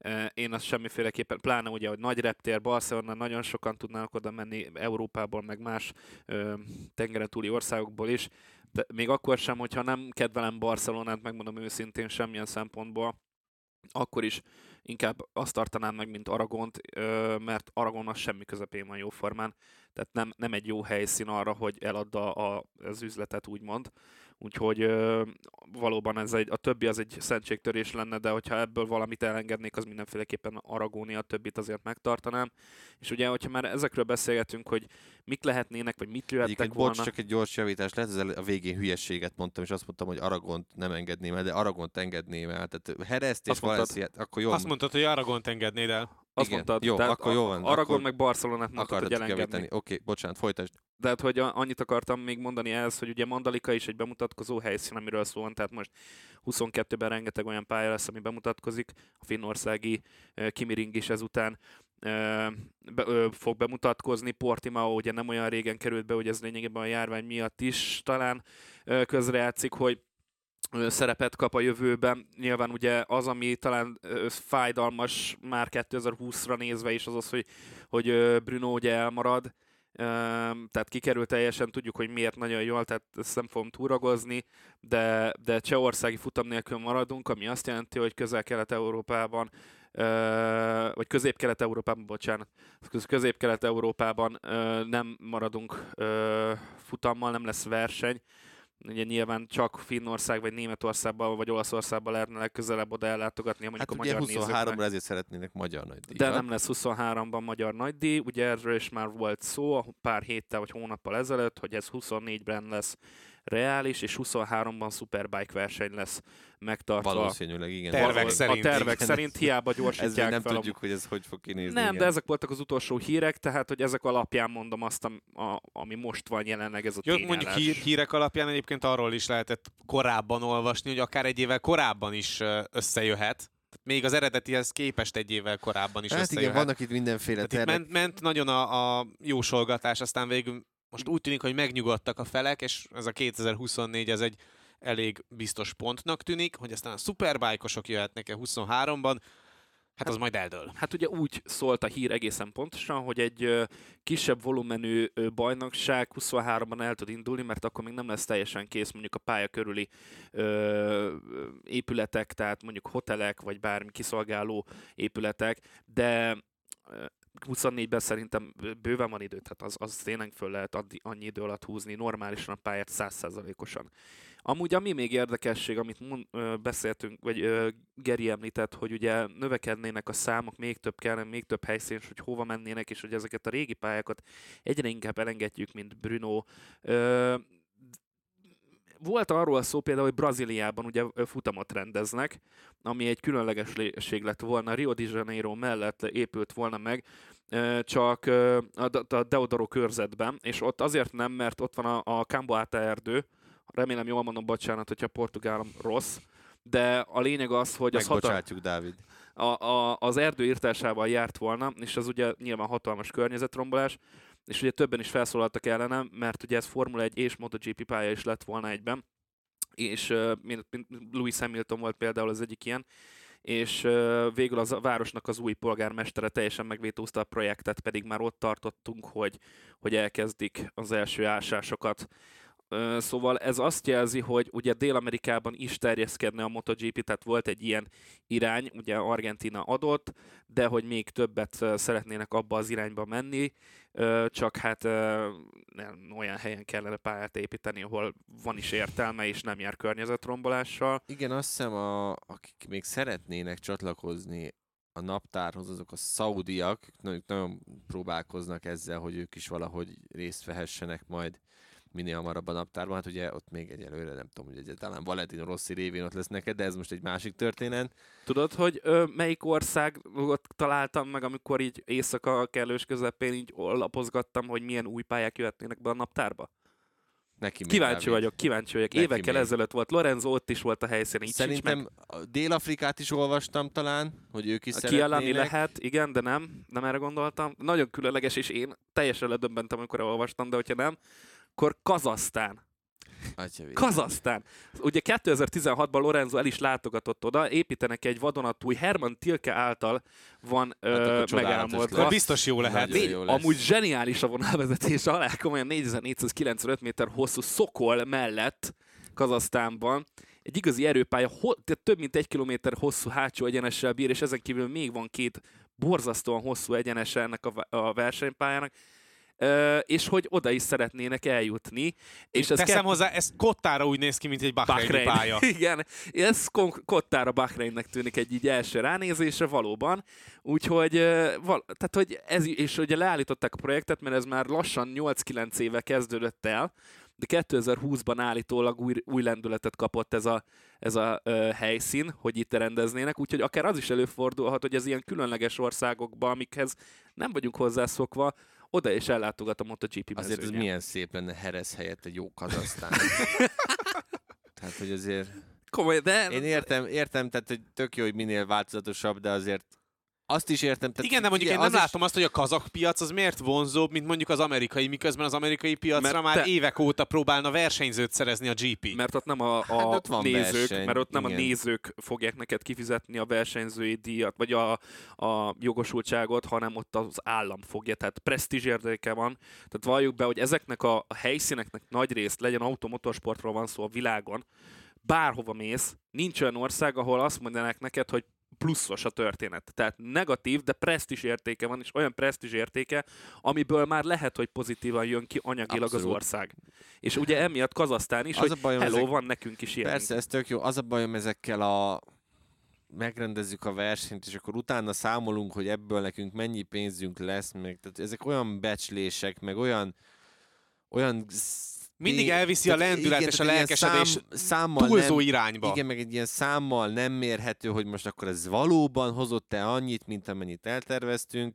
[SPEAKER 3] én azt semmiféleképpen, pláne ugye, hogy nagy reptér, Barcelona, nagyon sokan tudnának oda menni Európából, meg más ö, tengeren túli országokból is, de még akkor sem, hogyha nem kedvelem Barcelonát, megmondom őszintén semmilyen szempontból, akkor is inkább azt tartanám meg, mint Aragont, mert Aragon az semmi közepén van jó formán, tehát nem, nem egy jó helyszín arra, hogy eladda a, az üzletet, úgymond. Úgyhogy ö, valóban ez egy, a többi az egy szentségtörés lenne, de hogyha ebből valamit elengednék, az mindenféleképpen Aragónia, a többit azért megtartanám. És ugye, hogyha már ezekről beszélgetünk, hogy mik lehetnének, vagy mit jöhettek volna.
[SPEAKER 1] Bocs, csak egy gyors javítás, lehet, hogy a végén hülyeséget mondtam, és azt mondtam, hogy Aragont nem engedném el, de Aragont engedném el. Tehát Jerezt és Valenciát, akkor jó.
[SPEAKER 2] Azt mondtad, hogy Aragont engednéd el.
[SPEAKER 3] Azt
[SPEAKER 1] igen,
[SPEAKER 3] mondtad,
[SPEAKER 1] jó, akkor jó van.
[SPEAKER 3] Aragon
[SPEAKER 1] akkor
[SPEAKER 3] meg Barcelonát mondtad, hogy elengedni.
[SPEAKER 1] Oké, okay, bocsánat, folytasd.
[SPEAKER 3] De hát, hogy annyit akartam még mondani ehhez, hogy ugye Mandalika is egy bemutatkozó helyszín, amiről szó van, tehát most huszonkettőben rengeteg olyan pálya lesz, ami bemutatkozik. A finnországi uh, Kimi Ring is ezután uh, be, uh, fog bemutatkozni. Portimao ugye nem olyan régen került be, hogy ez lényegében a járvány miatt is talán uh, közrejátszik, hogy szerepet kap a jövőben. Nyilván ugye az, ami talán fájdalmas már kétezer-húszra nézve is, az az, hogy, hogy Bruno ugye elmarad, tehát kikerül teljesen, tudjuk, hogy miért nagyon jól, tehát ezt nem fogom túragozni, de, de csehországi futam nélkül maradunk, ami azt jelenti, hogy közel-kelet-európában, vagy közép-kelet-európában, bocsánat, közép-kelet-európában nem maradunk futammal, nem lesz verseny. Ugye nyilván csak Finnország, vagy Németországban, vagy Olaszországban lehetne legközelebb oda ellátogatni, mondjuk
[SPEAKER 1] hát
[SPEAKER 3] a magyar nézőknek.
[SPEAKER 1] huszonháromra ezért szeretnének magyar nagydíjat.
[SPEAKER 3] De nem lesz huszonháromban magyar nagydíj, ugye erről is már volt szó pár héttel vagy hónappal ezelőtt, hogy ez huszonnégyben lesz reális, és huszonháromban Superbike verseny lesz megtartva.
[SPEAKER 1] Valószínűleg, igen.
[SPEAKER 2] Tervek
[SPEAKER 1] Való,
[SPEAKER 2] szerint.
[SPEAKER 3] A tervek
[SPEAKER 1] igen.
[SPEAKER 3] szerint hiába gyorsítják
[SPEAKER 1] nem
[SPEAKER 3] fel.
[SPEAKER 1] tudjuk, hogy ez hogy fog kinézni.
[SPEAKER 3] Nem,
[SPEAKER 1] igen.
[SPEAKER 3] de ezek voltak az utolsó hírek, tehát hogy ezek alapján mondom azt, a, ami most van jelenleg, ez a
[SPEAKER 2] Jó,
[SPEAKER 3] tényállás.
[SPEAKER 2] mondjuk hír, hírek alapján egyébként arról is lehetett korábban olvasni, hogy akár egy évvel korábban is összejöhet. Még az eredetihez képest egy évvel korábban is
[SPEAKER 1] hát
[SPEAKER 2] összejöhet.
[SPEAKER 1] igen, vannak itt mindenféle
[SPEAKER 2] tervek. Ment, ment nagyon a, a jósolgatás, aztán végül most úgy tűnik, hogy megnyugodtak a felek, és ez a kétezer-huszonnégy ez egy elég biztos pontnak tűnik, hogy aztán a szuperbájkosok jöhetnek-e huszonháromban, hát az majd eldől.
[SPEAKER 3] Hát ugye úgy szólt a hír egészen pontosan, hogy egy ö, kisebb volumenű ö, bajnokság huszonháromban el tud indulni, mert akkor még nem lesz teljesen kész mondjuk a pálya körüli ö, épületek, tehát mondjuk hotelek, vagy bármi kiszolgáló épületek, de ö, huszonnégyben szerintem bőven van idő, tehát az, az tényleg föl lehet addi, annyi idő alatt húzni normálisan a pályát száz százalékosan. Amúgy ami még érdekesség, amit mond, ö, beszéltünk, vagy ö, Geri említett, hogy ugye növekednének a számok, még több kellene, még több helyszín, és hogy hova mennének, és hogy ezeket a régi pályákat egyre inkább elengedjük, mint Bruno. Ö, Volt arról szó például, hogy Brazíliában ugye futamot rendeznek, ami egy különlegesség lett volna, Rio de Janeiro mellett épült volna meg, csak a Deodoro körzetben, és ott azért nem, mert ott van a, a Camboata erdő, remélem jól mondom, bocsánat, hogyha portugálom rossz, de a lényeg az, hogy... Az
[SPEAKER 1] Megbocsátjuk, Dávid.
[SPEAKER 3] a, a, az erdő írtásával járt volna, és az ugye nyilván hatalmas környezetrombolás, és ugye többen is felszólaltak ellenem, mert ugye ez Formula egy és MotoGP pálya is lett volna egyben, és uh, mint, mint Lewis Hamilton volt például az egyik ilyen, és uh, végül az a városnak az új polgármestere teljesen megvétózta a projektet, pedig már ott tartottunk, hogy, hogy elkezdik az első ásásokat. Uh, szóval ez azt jelzi, hogy ugye Dél-Amerikában is terjeszkedne a MotoGP, tehát volt egy ilyen irány, ugye Argentína adott, de hogy még többet uh, szeretnének abba az irányba menni, uh, csak hát uh, nem, olyan helyen kellene pályát építeni, ahol van is értelme, és nem jár környezetrombolással.
[SPEAKER 1] Igen, azt hiszem, a, akik még szeretnének csatlakozni a naptárhoz, azok a szaudiak, ők nagyon próbálkoznak ezzel, hogy ők is valahogy részt vehessenek majd minél hamarabb a naptárban. Hát ugye ott még egyelőre nem tudom, hogy talán Valentino Rossi révén ott lesz neked, de ez most egy másik történet.
[SPEAKER 3] Tudod, hogy ö, melyik országot találtam meg, amikor így éjszaka kellős közepén így lapozgattam, hogy milyen új pályák jöhetnének be a naptárba?
[SPEAKER 1] Neki
[SPEAKER 3] Kíváncsi vagyok, kíváncsi vagyok.
[SPEAKER 1] Neki
[SPEAKER 3] Évekkel
[SPEAKER 1] még.
[SPEAKER 3] ezelőtt volt, Lorenzo ott is volt a helyszínen, így sincs
[SPEAKER 1] Szerintem
[SPEAKER 3] meg.
[SPEAKER 1] a Dél-Afrikát is olvastam talán, hogy ők is
[SPEAKER 3] A Kialani
[SPEAKER 1] szeretnének.
[SPEAKER 3] lehet, igen, de nem, nem erre gondoltam. Nagyon különleges, és én teljesen ledöbbentem, amikor olvastam, de hogyha nem, akkor Kazahsztán.
[SPEAKER 1] Atyavilág.
[SPEAKER 3] Kazahsztán. Ugye kétezer-tizenhatban Lorenzo el is látogatott oda, építenek egy vadonatúj, Herman Tilke által van
[SPEAKER 1] Hát akkor
[SPEAKER 3] ö,
[SPEAKER 1] csodálatos
[SPEAKER 3] megálmodva.
[SPEAKER 2] Akkor biztos jó lehet.
[SPEAKER 1] Nagyon
[SPEAKER 3] Négy,
[SPEAKER 1] jó lesz.
[SPEAKER 3] amúgy zseniális a vonalvezetés, alá komolyan négyezer-négyszázkilencvenöt méter hosszú Szokol mellett Kazahsztánban. Egy igazi erőpálya, ho- tehát több mint egy kilométer hosszú hátsó egyenessel bír, és ezen kívül még van két borzasztóan hosszú egyenese ennek a, a versenypályának. Ö, és hogy oda is szeretnének eljutni. És ez
[SPEAKER 2] Teszem
[SPEAKER 3] kett-
[SPEAKER 2] hozzá, ez kottára úgy néz ki, mint egy Bahreini
[SPEAKER 3] Bahrein.
[SPEAKER 2] pálya.
[SPEAKER 3] Igen, ez kon- kottára Bahreinnek tűnik egy így első ránézésre valóban. Úgyhogy, ö, val- tehát, hogy ez, és ugye leállították a projektet, mert ez már lassan nyolc-kilenc éve kezdődött el, de kétezer-húszban állítólag új, új lendületet kapott ez a, ez a ö, helyszín, hogy itt rendeznének, úgyhogy akár az is előfordulhat, hogy ez ilyen különleges országokban, amikhez nem vagyunk hozzászokva, oda is ellátogat a MotoGP
[SPEAKER 1] Azért ez
[SPEAKER 3] mezőnye.
[SPEAKER 1] milyen szép lenne Herez helyett egy jó Kazahsztán. Tehát, hogy azért...
[SPEAKER 3] Komoly, de...
[SPEAKER 1] Én értem, értem, tehát, hogy tök jó, hogy minél változatosabb, de azért azt is értem. Tehát
[SPEAKER 2] Igen, de mondjuk
[SPEAKER 1] figyelj,
[SPEAKER 2] én nem
[SPEAKER 1] az is-
[SPEAKER 2] látom azt, hogy a kazak piac az miért vonzóbb, mint mondjuk az amerikai, miközben az amerikai piacra
[SPEAKER 3] Mert
[SPEAKER 2] már
[SPEAKER 3] te-
[SPEAKER 2] évek óta próbálna versenyzőt szerezni a gé pé.
[SPEAKER 3] Mert ott nem a, a
[SPEAKER 1] Hát ott van
[SPEAKER 3] nézők,
[SPEAKER 1] verseny,
[SPEAKER 3] mert ott nem
[SPEAKER 1] igen.
[SPEAKER 3] a nézők fogják neked kifizetni a versenyzői díjat, vagy a, a jogosultságot, hanem ott az állam fogja. Tehát presztízs értéke van. Tehát valljuk be, hogy ezeknek a, a helyszíneknek nagy részt, legyen automotorsportról van szó a világon, bárhova mész, nincs olyan ország, ahol azt mondanák neked, hogy pluszos a történet. Tehát negatív, de presztízs értéke van, és olyan presztízs értéke, amiből már lehet, hogy pozitívan jön ki anyagilag
[SPEAKER 1] Abszolút.
[SPEAKER 3] az ország. És ugye emiatt Kazahsztán is,
[SPEAKER 1] Az
[SPEAKER 3] hogy
[SPEAKER 1] a bajom,
[SPEAKER 3] hello,
[SPEAKER 1] ezek-
[SPEAKER 3] van nekünk is ilyen.
[SPEAKER 1] Persze, ez tök jó. Az a bajom ezekkel a... megrendezzük a versenyt, és akkor utána számolunk, hogy ebből nekünk mennyi pénzünk lesz, meg tehát ezek olyan becslések, meg olyan olyan
[SPEAKER 2] Mindig elviszi a
[SPEAKER 1] tehát
[SPEAKER 2] lendület
[SPEAKER 1] igen,
[SPEAKER 2] és a
[SPEAKER 1] tehát ilyen
[SPEAKER 2] lelkesedés
[SPEAKER 1] szám, számmal
[SPEAKER 2] túlzó
[SPEAKER 1] nem,
[SPEAKER 2] irányba.
[SPEAKER 1] Igen, meg egy ilyen számmal nem mérhető, hogy most akkor ez valóban hozott-e annyit, mint amennyit elterveztünk.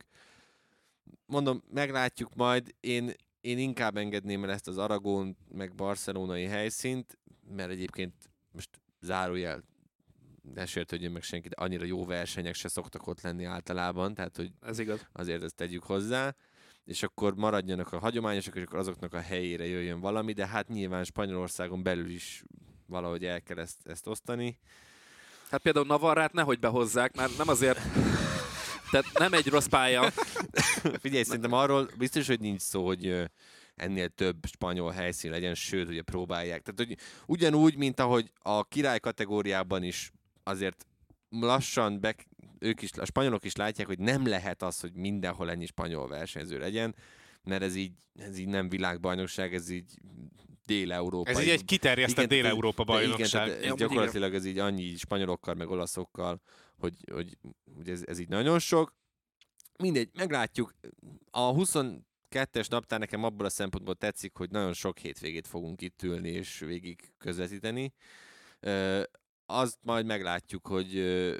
[SPEAKER 1] Mondom, meglátjuk majd. Én, én inkább engedném el ezt az Aragón meg barcelonai helyszínt, mert egyébként most zárójel ne sértődjön meg senki, de annyira jó versenyek se szoktak ott lenni általában, tehát hogy
[SPEAKER 3] Ez igaz.
[SPEAKER 1] azért ezt tegyük hozzá, és akkor maradjanak a hagyományosok, és akkor azoknak a helyére jöjjön valami, de hát nyilván Spanyolországon belül is valahogy el kell ezt, ezt osztani.
[SPEAKER 3] Hát például Navarrát nehogy behozzák, mert nem azért... Tehát nem egy rossz pálya.
[SPEAKER 1] Figyelj, szerintem arról biztos, hogy nincs szó, hogy ö, ennél több spanyol helyszín legyen, sőt, ugye próbálják. Tehát, hogy ugyanúgy, mint ahogy a király kategóriában is azért lassan be, ők is, a spanyolok is látják, hogy nem lehet az, hogy mindenhol ennyi spanyol versenyző legyen, mert ez így, ez így nem világbajnokság, ez így Dél-Európa.
[SPEAKER 2] Ez így egy kiterjesztett
[SPEAKER 1] Igen,
[SPEAKER 2] Dél-Európa
[SPEAKER 1] de igen,
[SPEAKER 2] bajnokság.
[SPEAKER 1] tehát
[SPEAKER 3] Ja,
[SPEAKER 1] ez gyakorlatilag ez így annyi spanyolokkal, meg olaszokkal, hogy, hogy, hogy ez, ez így nagyon sok. Mindegy, meglátjuk. A huszonkettes naptár nekem abból a szempontból tetszik, hogy nagyon sok hétvégét fogunk itt ülni és végig közvetíteni. Ö, azt majd meglátjuk, hogy, ö,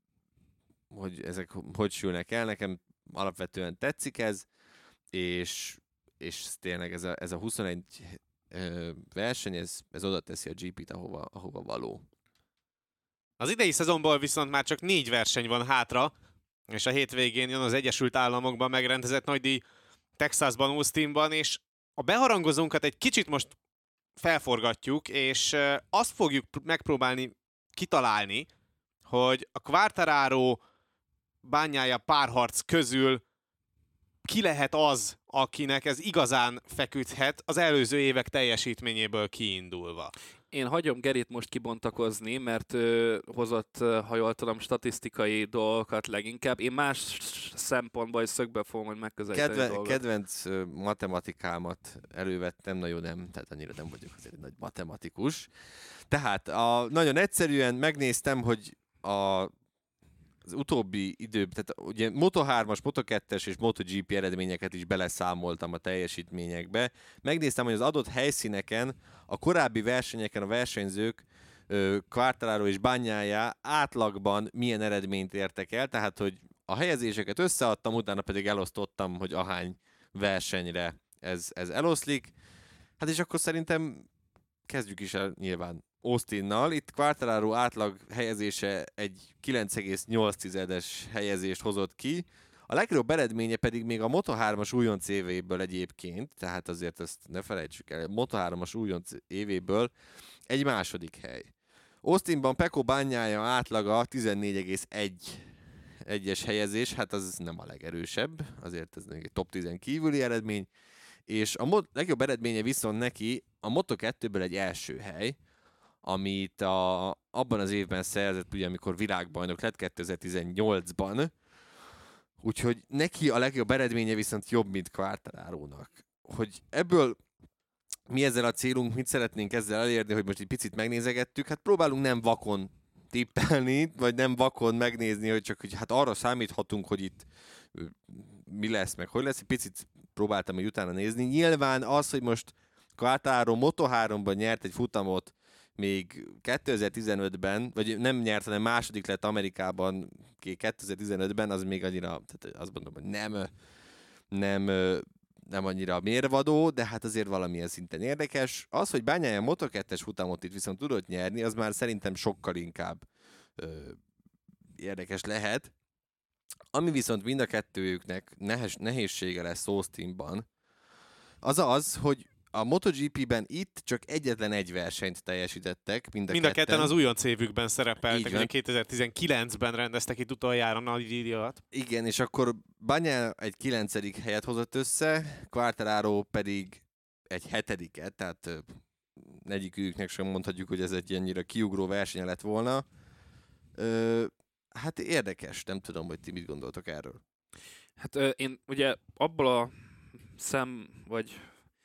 [SPEAKER 1] hogy ezek hogy sülnek el. Nekem alapvetően tetszik ez, és, és tényleg ez a, ez a huszonegy ö, verseny, ez, ez oda teszi a gé pét, ahova, ahova való.
[SPEAKER 2] Az idei szezonból viszont már csak négy verseny van hátra, és a hétvégén jön az Egyesült Államokban megrendezett nagydíj Texasban, Austinban, és a beharangozónkat egy kicsit most felforgatjuk, és azt fogjuk megpróbálni kitalálni, hogy a Quartararo Bagnaia párharc közül ki lehet az, akinek ez igazán feküdhet az előző évek teljesítményéből kiindulva.
[SPEAKER 3] Én hagyom Gerit most kibontakozni, mert ő hozott, ha jól tudom, statisztikai dolgokat leginkább. Én más szempontból és szögből fogom majd megközelíteni
[SPEAKER 1] Kedve,
[SPEAKER 3] dolgot.
[SPEAKER 1] kedvenc ö, matematikámat elővettem, na jó, nem, tehát annyira nem vagyok azért egy nagy matematikus. Tehát a, nagyon egyszerűen megnéztem, hogy a az utóbbi időben, tehát ugye Moto hármas, Moto kettes és MotoGP eredményeket is beleszámoltam a teljesítményekbe. Megnéztem, hogy az adott helyszíneken, a korábbi versenyeken a versenyzők Quartararo és Bagnaia átlagban milyen eredményt értek el, tehát hogy a helyezéseket összeadtam, utána pedig elosztottam, hogy ahány versenyre ez, ez eloszlik. Hát és akkor szerintem kezdjük is el nyilván Austinnal. Itt Quartararo átlag helyezése egy kilenc egész nyolc helyezést hozott ki. A legjobb eredménye pedig még a Moto hármas újonc évéből egyébként, tehát azért ezt ne felejtsük el, a Moto hármas újonc évéből egy második hely. Austinban Pecco Bagnaia átlaga tizennégy egész egy helyezés, hát az nem a legerősebb, azért ez egy top tíz kívüli eredmény, és a mod- legjobb eredménye viszont neki a Moto kettőből egy első hely, amit a, abban az évben szerzett, ugye, amikor világbajnok lett kétezer-tizennyolcban, úgyhogy neki a legjobb eredménye viszont jobb, mint Quartararónak. Hogy ebből mi ezzel a célunk, mit szeretnénk ezzel elérni, hogy most egy picit megnézegettük, hát próbálunk nem vakon tippelni, vagy nem vakon megnézni, hogy csak hogy hát arra számíthatunk, hogy itt mi lesz, meg hogy lesz, egy picit próbáltam hogy utána nézni. Nyilván az, hogy most Quartararo Moto háromban nyert egy futamot, még kétezer-tizenötben, vagy nem nyert, hanem második lett Amerikában kétezer-tizenötben, az még annyira, tehát azt mondom, hogy nem, nem, nem annyira mérvadó, de hát azért valamilyen szinten érdekes. Az, hogy Bagnaia Moto kettes futamot itt viszont tudott nyerni, az már szerintem sokkal inkább ö, érdekes lehet. Ami viszont mind a kettőjüknek nehes, nehézsége lesz Austinban, az az, hogy a MotoGP-ben itt csak egyetlen egy versenyt teljesítettek, mind a,
[SPEAKER 2] mind a
[SPEAKER 1] ketten.
[SPEAKER 2] ketten az újonc évükben szerepeltek,
[SPEAKER 1] Így van.
[SPEAKER 2] kétezer-tizenkilencben rendeztek itt utoljára nagy díjat.
[SPEAKER 1] Igen, és akkor Bagnaia egy kilencedik helyet hozott össze, Quartararo pedig egy hetediket, tehát ö, egyiküknek sem mondhatjuk, hogy ez egy ennyire kiugró verseny lett volna. Ö, hát érdekes, nem tudom, hogy ti mit gondoltok erről.
[SPEAKER 3] Hát ö, én ugye abból a szem, vagy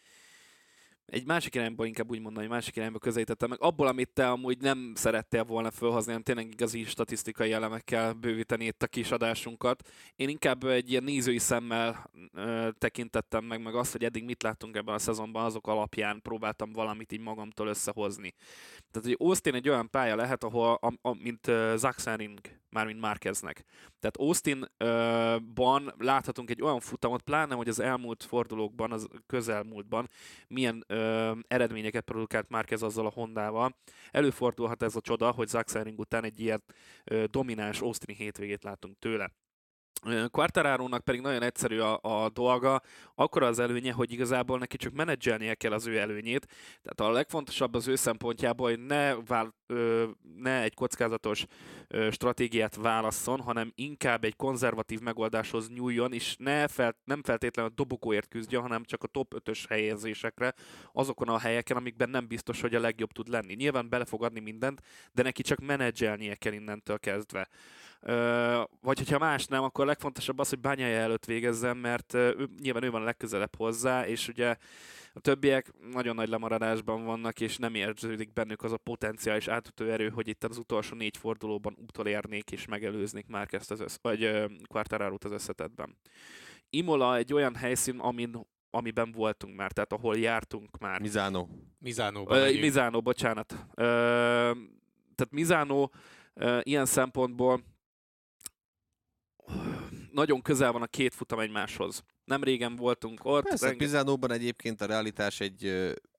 [SPEAKER 3] egy másik irányba inkább úgy mondani, hogy másik irányba közelítettem meg. Abból, amit te amúgy nem szerettél volna felhozni, hanem tényleg igazi statisztikai elemekkel bővíteni itt a kis adásunkat. Én inkább egy ilyen nézői szemmel ö, tekintettem meg, meg azt, hogy eddig mit láttunk ebben a szezonban, azok alapján próbáltam valamit így magamtól összehozni. Tehát, hogy Austin egy olyan pálya lehet, ahol, a, a, mint uh, Sachsenring, mármint Márqueznek. Tehát Austinban uh, láthatunk egy olyan futamot, pláne, hogy az elmúlt fordulókban, az közelmúltban milyen uh, eredményeket produkált Márquez azzal a Hondával. Előfordulhat ez a csoda, hogy Sachsenring után egy ilyen uh, domináns Austini hétvégét látunk tőle. Quartararónak pedig nagyon egyszerű a, a dolga, akkora az előnye, hogy igazából neki csak menedzselnie kell az ő előnyét. Tehát a legfontosabb az ő szempontjából, hogy ne, vál, ö, ne egy kockázatos ö, stratégiát válasszon, hanem inkább egy konzervatív megoldáshoz nyúljon, és ne fel, nem feltétlenül a dobogóért küzdjön, hanem csak a top ötös helyezésekre, azokon a helyeken, amikben nem biztos, hogy a legjobb tud lenni. Nyilván bele fog adni mindent, de neki csak menedzselnie kell innentől kezdve. Ö, vagy hogyha más nem, akkor a legfontosabb az, hogy Bagnaia előtt végezzen, mert ő, nyilván ő van a legközelebb hozzá, és ugye a többiek nagyon nagy lemaradásban vannak, és nem érződik bennük az a potenciális átütő erő, hogy itt az utolsó négy fordulóban utolérnék és megelőznék már ezt az össz, vagy uh, Quartararót az összetetben. Imola egy olyan helyszín, amin, amiben voltunk már, tehát ahol jártunk már.
[SPEAKER 1] Misano.
[SPEAKER 2] Misánóban.
[SPEAKER 3] Uh, Misano, bocsánat. Uh, tehát Misano uh, ilyen szempontból nagyon közel van a két futam egymáshoz. Nem régen voltunk ott.
[SPEAKER 1] Persze,
[SPEAKER 3] renge...
[SPEAKER 1] Misánóban egyébként a realitás egy,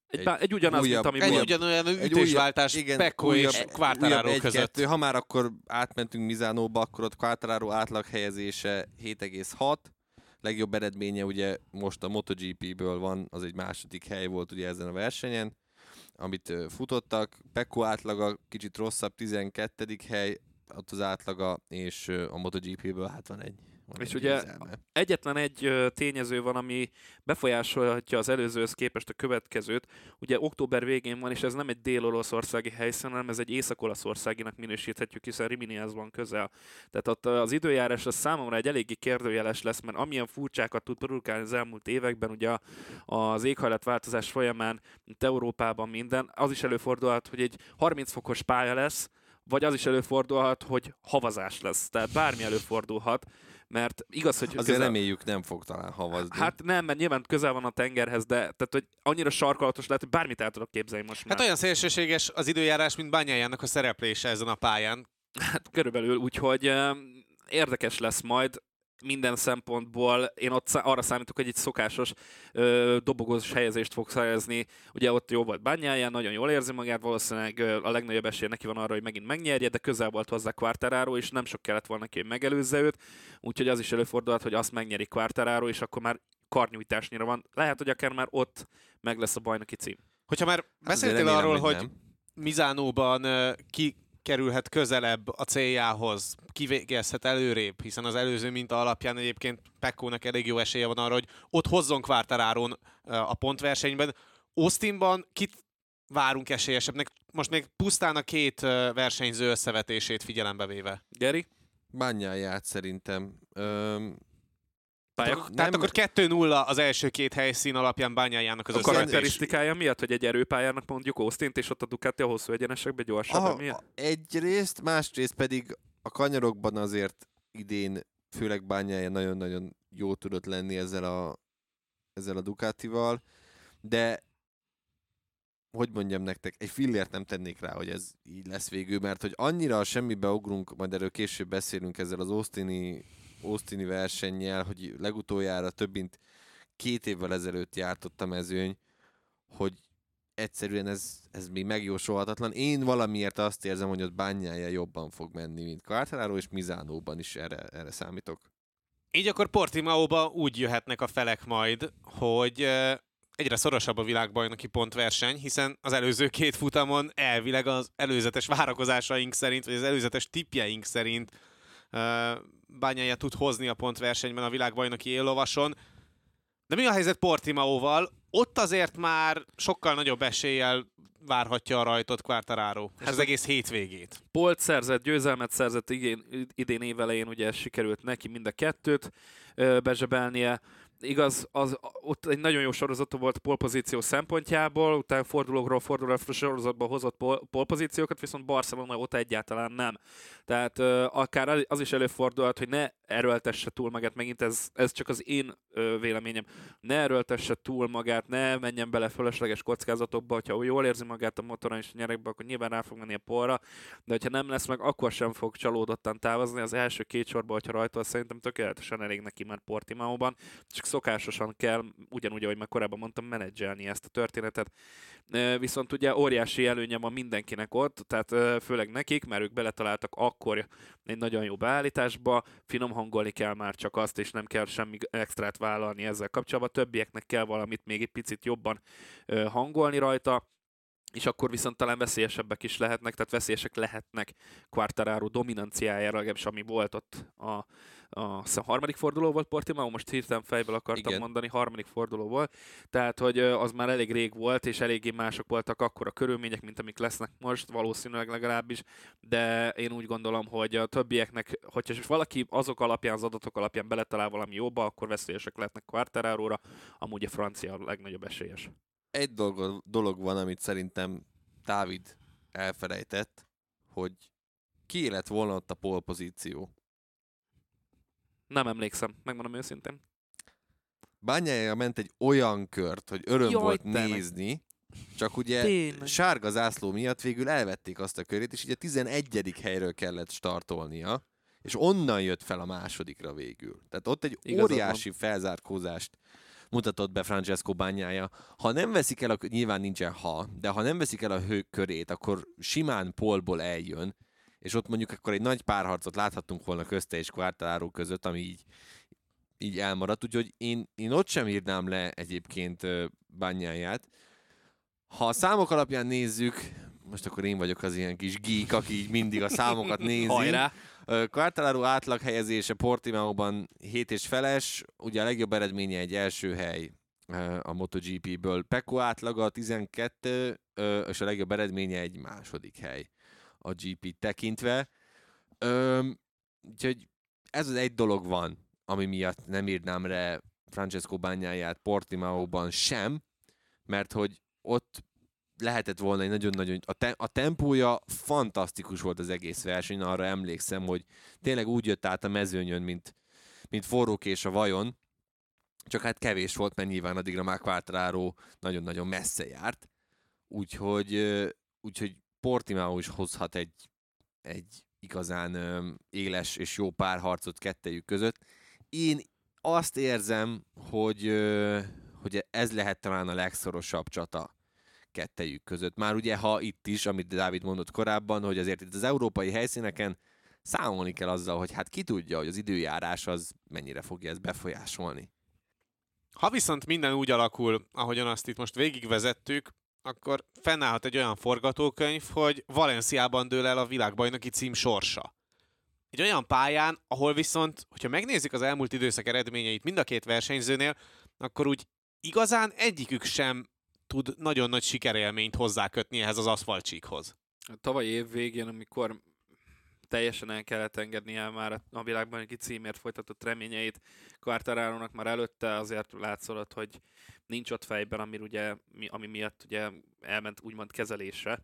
[SPEAKER 3] Egy,
[SPEAKER 1] egy
[SPEAKER 3] bá- egy ugyanaz,
[SPEAKER 1] újabb-
[SPEAKER 3] mint ami
[SPEAKER 2] Egy
[SPEAKER 3] volt.
[SPEAKER 2] ugyanolyan
[SPEAKER 1] Egy
[SPEAKER 2] ütésváltás
[SPEAKER 1] újabb- igen,
[SPEAKER 2] Pecco
[SPEAKER 1] újabb-
[SPEAKER 2] és
[SPEAKER 1] újabb
[SPEAKER 2] Quartararo
[SPEAKER 1] egy
[SPEAKER 2] között.
[SPEAKER 1] kettő. Ha már akkor átmentünk Misánóba, akkor ott Quartararo átlag helyezése hét egész hat. Legjobb eredménye ugye most a MotoGP-ből van, az egy második hely volt ugye ezen a versenyen, amit ö, futottak. Pecco átlaga kicsit rosszabb, tizenkettedik hely ott az átlaga, és ö, a MotoGP-ből hát van egy. Van
[SPEAKER 3] És
[SPEAKER 1] egy
[SPEAKER 3] ugye
[SPEAKER 1] győzelme.
[SPEAKER 3] Egyetlen egy ö, tényező van, ami befolyásolhatja az előzőhöz képest a következőt. Ugye október végén van, és ez nem egy dél-olaszországi helyszín, hanem ez egy észak-olaszországinak minősíthetjük, hiszen Riminihez van közel. Tehát ott az időjárás az számomra egy eléggé kérdőjeles lesz, mert amilyen furcsákat tud produkálni az elmúlt években, ugye az éghajlatváltozás folyamán, mint Európában minden, az is előfordulhat, hogy egy harminc fokos pálya lesz, vagy az is előfordulhat, hogy havazás lesz. Tehát bármi előfordulhat, mert igaz, hogy...
[SPEAKER 1] Azért
[SPEAKER 3] közel-
[SPEAKER 1] reméljük nem fog talán havazni.
[SPEAKER 3] Hát nem, mert nyilván közel van a tengerhez, de tehát, hogy annyira sarkalatos lehet, hogy bármit el tudok képzelni most már.
[SPEAKER 2] Hát olyan szélsőséges az időjárás, mint Bagnajának a szereplése ezen a pályán.
[SPEAKER 3] Hát körülbelül, úgyhogy uh, érdekes lesz majd minden szempontból. Én ott szá- arra számítok, hogy egy szokásos uh, dobogós helyezést fog szerezni. Ugye ott jó volt Bagnaia, nagyon jól érzi magát, valószínűleg uh, a legnagyobb esély neki van arra, hogy megint megnyerje, de közel volt hozzá Quartararo, és nem sok kellett volna neki, hogy megelőzze őt. Úgyhogy az is előfordulhat, hogy azt megnyeri Quartararo, és akkor már karnyújtásnyira van. Lehet, hogy akár már ott meg lesz a bajnoki cím.
[SPEAKER 2] Hogyha már
[SPEAKER 1] Hát azért
[SPEAKER 2] beszéltél
[SPEAKER 1] remélem,
[SPEAKER 2] arról, hogy,
[SPEAKER 1] nem.
[SPEAKER 2] Misánóban ö, ki kerülhet közelebb a céljához, kivégezhet előrébb, hiszen az előző minta alapján egyébként Peccónak elég jó esélye van arra, hogy ott hozzon Quartararon ö, a pontversenyben. Austinban kit várunk esélyesebbnek? Most még pusztán a két ö, versenyző összevetését figyelembe véve.
[SPEAKER 3] Geri?
[SPEAKER 1] Bányáját szerintem. Öm,
[SPEAKER 3] Pálya-
[SPEAKER 1] Nem-
[SPEAKER 2] Tehát akkor kettő nulla az első két helyszín alapján Bányájának az
[SPEAKER 3] A
[SPEAKER 2] összevetés.
[SPEAKER 3] karakterisztikája miatt, hogy egy erőpályának mondjuk Austint, és ott a Ducati a hosszú egyenesekben gyorsabb,
[SPEAKER 1] aha,
[SPEAKER 3] miatt?
[SPEAKER 1] egyrészt, másrészt pedig a kanyarokban azért idén főleg Bányája nagyon-nagyon jó tudott lenni ezzel a, ezzel a Ducatival, de hogy mondjam nektek, egy fillért nem tennék rá, hogy ez így lesz végül, mert hogy annyira a semmibe ugrunk, majd erről később beszélünk ezzel az Austini, Austini versennyel, hogy legutoljára több mint két évvel ezelőtt járt ott a mezőny, hogy egyszerűen ez, ez még megjósolhatatlan. Én valamiért azt érzem, hogy ott Bagnaia jobban fog menni, mint Quartararo, és Misánóban is erre, erre számítok.
[SPEAKER 2] Így akkor Portimaóba úgy jöhetnek a felek majd, hogy ö, egyre szorosabb a világbajnoki pontverseny, hiszen az előző két futamon elvileg az előzetes várakozásaink szerint, vagy az előzetes tippjeink szerint uh, Bagnaia tud hozni a pontversenyben a világbajnoki éllovason. De mi a helyzet Portimaóval? Ott azért már sokkal nagyobb eséllyel várhatja a rajtot Quartararo, és
[SPEAKER 3] Hát
[SPEAKER 2] az
[SPEAKER 3] a-
[SPEAKER 2] egész hétvégét.
[SPEAKER 3] Polt szerzett, győzelmet szerzett idén, idén évelején, ugye sikerült neki mind a kettőt ö, bezsebelnie. Igaz, az, ott egy nagyon jó sorozata volt a polpozíció szempontjából, utána fordulókról fordulóra sorozatban hozott pol, polpozíciókat, viszont Barcelona ott egyáltalán nem. Tehát ö, akár az is előfordulhat, hogy ne erőltesse túl magát, megint ez, ez csak az én ö, véleményem, ne erőltesse túl magát, ne menjen bele fölösleges kockázatokba, hogyha jól érzi magát a motoron és a nyerekbe, akkor nyilván rá fog menni a polra, de hogyha nem lesz meg, akkor sem fog csalódottan távozni. Az első két sorban, hogyha rajta, szerintem tökéletesen elég neki már Portimaóban, csak szokásosan kell, ugyanúgy, ahogy már korábban mondtam, menedzselni ezt a történetet. E, Viszont ugye óriási előnye van mindenkinek ott, tehát e, főleg nekik, mert ők beletaláltak akkor egy nagyon jó beállításba, finom hangolni kell már csak azt, és nem kell semmi extrát vállalni ezzel kapcsolatban. Többieknek kell valamit még egy picit jobban e, hangolni rajta, és akkor viszont talán veszélyesebbek is lehetnek, tehát veszélyesek lehetnek Quartararo dominanciájára, legalábbis ami volt ott a, a, a harmadik forduló volt Portimao, most hirtelen fejből akartam
[SPEAKER 1] Igen.
[SPEAKER 3] mondani, harmadik forduló volt, tehát hogy ö, az már elég rég volt, és eléggé mások voltak akkor a körülmények, mint amik lesznek most, valószínűleg legalábbis, de én úgy gondolom, hogy a többieknek, hogyha valaki azok alapján, az adatok alapján beletalál valami jobba, akkor veszélyesek lehetnek Quartararo-ra, amúgy a francia a legnagyobb esélyes.
[SPEAKER 1] Egy dolog, dolog van, amit szerintem Dávid elfelejtett, hogy ki lett volna ott a pole pozíció.
[SPEAKER 3] Nem emlékszem, megmondom őszintén.
[SPEAKER 1] Bagnaia ment egy olyan kört, hogy öröm
[SPEAKER 3] Jaj,
[SPEAKER 1] volt
[SPEAKER 3] tényleg.
[SPEAKER 1] nézni, csak ugye
[SPEAKER 3] Tényleg.
[SPEAKER 1] sárga zászló miatt végül elvették azt a körét, és így a tizenegyedik helyről kellett startolnia, és onnan jött fel a másodikra végül. Tehát ott egy
[SPEAKER 3] Igazad
[SPEAKER 1] óriási felzárkózást mutatott be Francesco Bagnaia. Ha nem veszik el, a, nyilván nincsen ha, de ha nem veszik el a hő körét, akkor simán polból eljön, és ott mondjuk akkor egy nagy párharcot láthattunk volna közte és Quartararo között, ami így, így elmaradt, úgyhogy én, én ott sem írnám le egyébként Bagnaiát. Ha a számok alapján nézzük, most akkor én vagyok az ilyen kis geek, aki így mindig a számokat nézi.
[SPEAKER 3] Hajrá!
[SPEAKER 1] Quartararo átlag helyezése Portimaóban hét és feles, ugye a legjobb eredménye egy első hely a MotoGP-ből. Pecco átlaga tizenkettő, és a legjobb eredménye egy második hely a gé pét tekintve. Úgyhogy ez az egy dolog van, ami miatt nem írnám le Francesco Bagnaiát Portimaóban sem, mert hogy ott lehetett volna egy nagyon-nagyon... A, te, a tempója fantasztikus volt az egész verseny, arra emlékszem, hogy tényleg úgy jött át a mezőnyön, mint, mint forrókés a vajon, csak hát kevés volt, mert nyilván addigra már Quartararo nagyon-nagyon messze járt, úgyhogy, úgyhogy Portimao is hozhat egy, egy igazán éles és jó párharcot kettejük között. Én azt érzem, hogy, hogy ez lehet talán a legszorosabb csata kettejük között. Már ugye, ha itt is, amit Dávid mondott korábban, hogy azért itt az európai helyszíneken számolni kell azzal, hogy hát ki tudja, hogy az időjárás az mennyire fogja ezt befolyásolni.
[SPEAKER 2] Ha viszont minden úgy alakul, ahogyan azt itt most végigvezettük, akkor fennállhat egy olyan forgatókönyv, hogy Valenciában dől el a világbajnoki cím sorsa. Egy olyan pályán, ahol viszont, hogyha megnézzük az elmúlt időszak eredményeit mind a két versenyzőnél, akkor úgy igazán egyikük sem tud nagyon nagy sikerélményt hozzákötni ehhez az aszfaltcsíkhoz.
[SPEAKER 3] A tavalyi év végén, amikor teljesen el kellett engednie már a világbajnoki címért folytatott reményeit, Quartararónak már előtte azért látszott, hogy nincs ott fejben, ami, ugye, ami miatt ugye elment úgymond kezelésre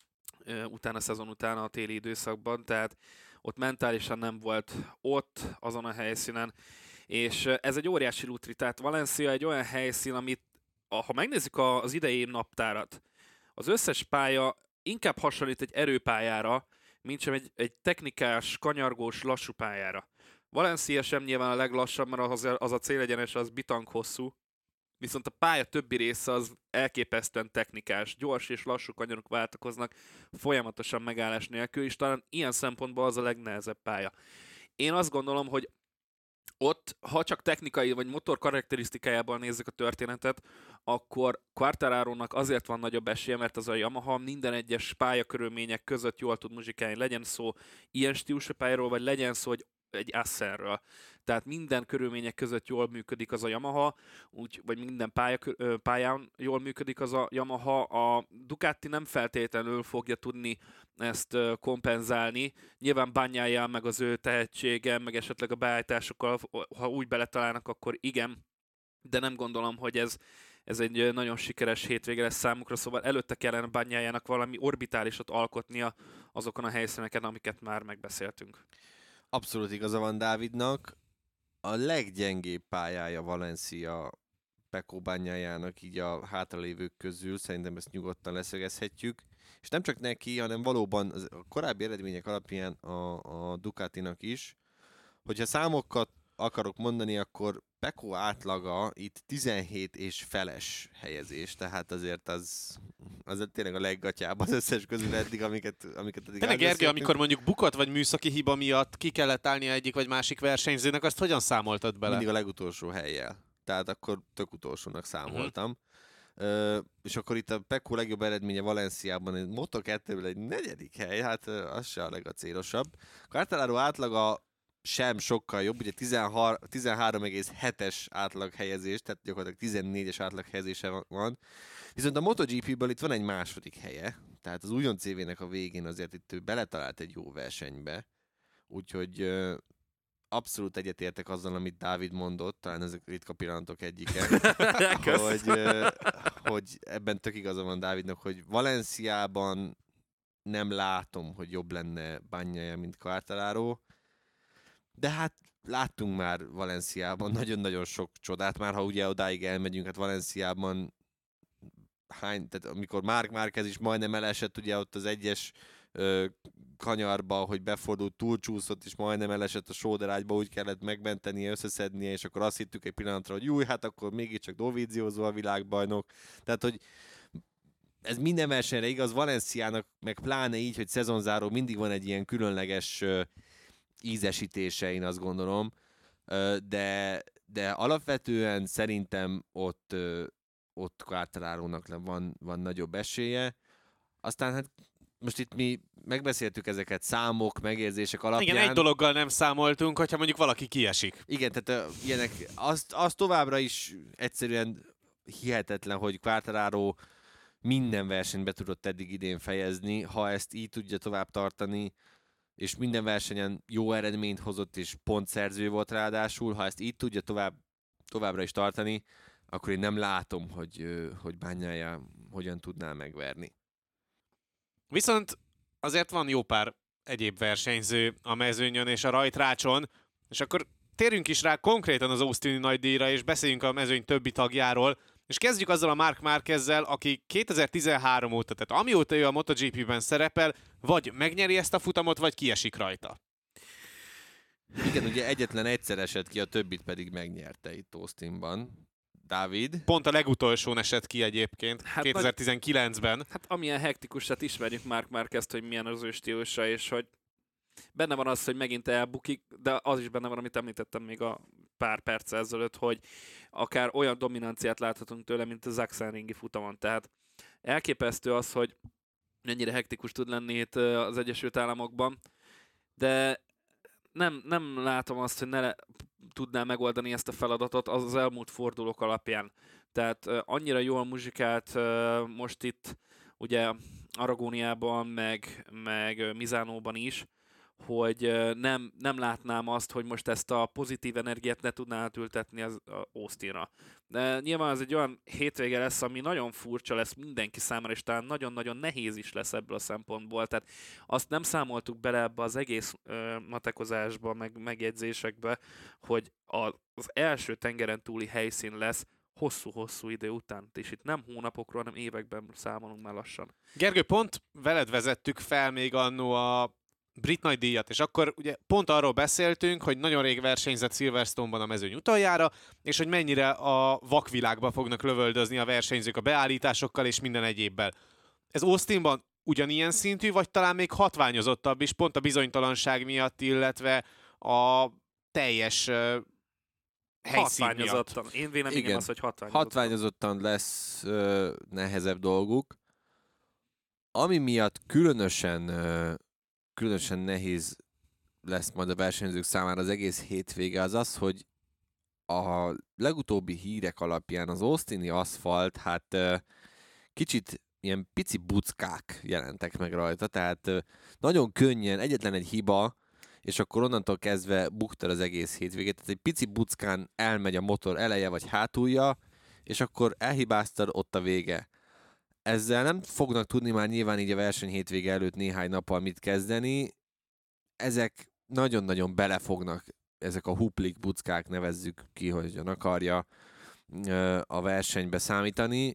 [SPEAKER 3] utána a szezon után a téli időszakban, tehát ott mentálisan nem volt ott azon a helyszínen, és ez egy óriási lútri, tehát Valencia egy olyan helyszín, amit ha megnézzük az idei naptárat, az összes pálya inkább hasonlít egy erőpályára, mint sem egy, egy technikás, kanyargós, lassú pályára. Valencia sem nyilván a leglassabb, mert az, az a célegyenes az bitang hosszú, viszont a pálya többi része az elképesztően technikás, gyors és lassú kanyarok váltakoznak folyamatosan megállás nélkül, és talán ilyen szempontból az a legnehezebb pálya. Én azt gondolom, hogy ott, ha csak technikai vagy motor karakterisztikájában nézzük a történetet, akkor Quartararónak azért van nagyobb esélye, mert az a Yamaha minden egyes pályakörülmények között jól tud muzsikálni. Legyen szó ilyen stílusú pályáról, vagy legyen szó egy, egy Assenről. Tehát minden körülmények között jól működik az a Yamaha, úgy, vagy minden pálya, pályán jól működik az a Yamaha. A Ducati nem feltétlenül fogja tudni ezt kompenzálni. Nyilván Bagnaia, meg az ő tehetsége, meg esetleg a beállításokkal, ha úgy beletalálnak, akkor igen, de nem gondolom, hogy ez, ez egy nagyon sikeres hétvége lesz számukra, szóval előtte kellene Bagnaiának valami orbitálisat alkotnia azokon a helyszíneken, amiket már megbeszéltünk.
[SPEAKER 1] Abszolút igaza van Dávidnak. A leggyengébb pályája Valencia Pecco Bagnaiának így a hátralévők közül, szerintem ezt nyugodtan leszögezhetjük. És nem csak neki, hanem valóban a korábbi eredmények alapján a, a Ducatinak is. Hogyha számokat akarok mondani, akkor Pecco átlaga itt tizenhét és feles helyezés, tehát azért az, az tényleg a leggatyább az összes közül eddig, amiket, amiket eddig
[SPEAKER 2] Tényleg Gergely, amikor mondjuk bukott vagy műszaki hiba miatt ki kellett állnia egyik vagy másik versenyzőnek, azt hogyan számoltad bele?
[SPEAKER 1] Mindig a legutolsó hellyel. Tehát akkor tök utolsónak számoltam. Uh-huh. Uh, és akkor itt a Pecco legjobb eredménye Valenciában, egy Moto kettőből egy negyedik hely, hát uh, az se a legacélosabb. Quartararo átlaga sem sokkal jobb, ugye tizenhárom egész hetes átlag helyezés, tehát gyakorlatilag tizennégyes átlag helyezése van. Viszont a MotoGP-ből itt van egy második helye, tehát az újonc évének a végén azért itt ő beletalált egy jó versenybe, úgyhogy uh, abszolút egyetértek azzal, amit Dávid mondott, talán ezek ritka pillanatok egyike, hogy, uh, hogy ebben tök igaza van Dávidnak, hogy Valenciában nem látom, hogy jobb lenne Bagnaia, mint Quartararo, de hát láttunk már Valenciában nagyon-nagyon sok csodát, már ha ugye odáig elmegyünk, hát Valenciában hány, tehát amikor Marc Márquez is majdnem elesett, ugye ott az egyes ö, kanyarba, hogy befordult, túlcsúszott, és majdnem elesett a sóderágyba, úgy kellett megmentenie, összeszednie, és akkor azt hittük egy pillanatra, hogy júj, hát akkor mégiscsak Dovizioso a világbajnok. Tehát, hogy ez minden versenyre igaz, Valenciának meg pláne így, hogy szezonzáró mindig van egy ilyen különleges ö, ízesítése, én azt gondolom, ö, de, de alapvetően szerintem ott, ö, ott Quartararónak van, van nagyobb esélye. Aztán hát most itt mi megbeszéltük ezeket számok, megérzések alapján.
[SPEAKER 2] Igen, egy dologgal nem számoltunk, hogyha mondjuk valaki kiesik.
[SPEAKER 1] Igen, tehát uh, ilyenek, az, az továbbra is egyszerűen hihetetlen, hogy Quartararo minden versenybe tudott eddig idén fejezni, ha ezt így tudja tovább tartani, és minden versenyen jó eredményt hozott, és pontszerző volt ráadásul, ha ezt így tudja tovább, továbbra is tartani, akkor én nem látom, hogy, hogy Bagnaia hogyan tudná megverni.
[SPEAKER 2] Viszont azért van jó pár egyéb versenyző a mezőnyön és a rajtrácson, és akkor térjünk is rá konkrétan az Austini nagydíjra, és beszéljünk a mezőny többi tagjáról, és kezdjük azzal a Marc Márquezzel, aki kétezer-tizenhárom óta, tehát amióta ő a MotoGP-ben szerepel, vagy megnyeri ezt a futamot, vagy kiesik rajta.
[SPEAKER 1] Igen, ugye egyetlen egyszer esett ki, a többit pedig megnyerte itt Austinban. Dávid?
[SPEAKER 2] Pont a legutolsón esett ki egyébként,
[SPEAKER 3] hát
[SPEAKER 2] kétezer-tizenkilencben.
[SPEAKER 3] Hát amilyen hektikusat ismerjük Marc Márquezt, hogy milyen az ő stílusa, és hogy benne van az, hogy megint elbukik, de az is benne van, amit említettem még a pár perc ezelőtt, hogy akár olyan dominanciát láthatunk tőle, mint a Sachsenringi futamon. Tehát elképesztő az, hogy mennyire hektikus tud lenni itt az Egyesült Államokban, de nem, nem látom azt, hogy ne le, tudná megoldani ezt a feladatot az, az elmúlt fordulók alapján. Tehát uh, annyira jól muzsikált uh, most itt ugye Aragóniában, meg, meg Misánóban is, hogy uh, nem, nem látnám azt, hogy most ezt a pozitív energiát ne tudná átültetni az uh, Austinra. De nyilván ez egy olyan hétvége lesz, ami nagyon furcsa lesz mindenki számára, és talán nagyon-nagyon nehéz is lesz ebből a szempontból. Tehát azt nem számoltuk bele ebbe az egész uh, matekozásba, meg megjegyzésekbe, hogy a, az első tengeren túli helyszín lesz hosszú-hosszú idő után. És itt nem hónapokról, hanem években számolunk már lassan.
[SPEAKER 2] Gergő, pont veled vezettük fel még annó a brit nagydíjat, és akkor ugye pont arról beszéltünk, hogy nagyon rég versenyzett Silverstone-ban a mezőny utoljára, és hogy mennyire a vakvilágba fognak lövöldözni a versenyzők a beállításokkal és minden egyébbel. Ez Austinban ugyanilyen szintű, vagy talán még hatványozottabb is, pont a bizonytalanság miatt, illetve a teljes uh, helyszín miatt.
[SPEAKER 3] Én véleményem
[SPEAKER 1] Igen,
[SPEAKER 3] az, hogy hatványozottan.
[SPEAKER 1] Hatványozottan lesz uh, nehezebb dolguk. Ami miatt különösen uh, különösen nehéz lesz majd a versenyzők számára az egész hétvége, az az, hogy a legutóbbi hírek alapján az austini aszfalt, hát kicsit ilyen pici buckák jelentek meg rajta, tehát nagyon könnyen, egyetlen egy hiba, és akkor onnantól kezdve bukta az egész hétvégét, tehát egy pici buckán elmegy a motor eleje vagy hátulja, és akkor elhibáztad, ott a vége. Ezzel nem fognak tudni már nyilván így a verseny hétvége előtt néhány nappal mit kezdeni. Ezek nagyon-nagyon belefognak, ezek a huplik, buckák, nevezzük ki, hogyan akarja a versenybe számítani.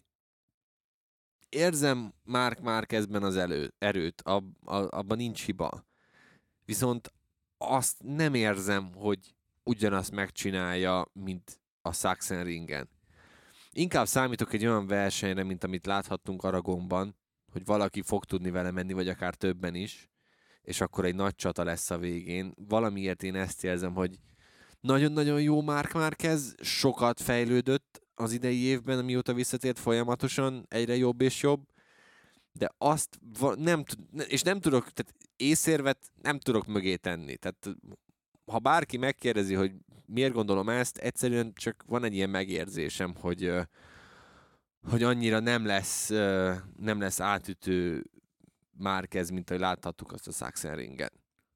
[SPEAKER 1] Érzem Marc Márquezben az elő, erőt, ab, abban nincs hiba. Viszont azt nem érzem, hogy ugyanazt megcsinálja, mint a Sachsenringen. Inkább számítok egy olyan versenyre, mint amit láthattunk Aragonban, hogy valaki fog tudni vele menni, vagy akár többen is, és akkor egy nagy csata lesz a végén. Valamiért én ezt érzem, hogy nagyon-nagyon jó Marc Márquez, sokat fejlődött az idei évben, amióta visszatért folyamatosan, egyre jobb és jobb, de azt nem, és nem tudok, tehát észérvet nem tudok mögé tenni. Tehát ha bárki megkérdezi, hogy miért gondolom ezt, egyszerűen csak van egy ilyen megérzésem, hogy, hogy annyira nem lesz, nem lesz átütő Márquez, mint ahogy láthattuk azt a Sachsenringen.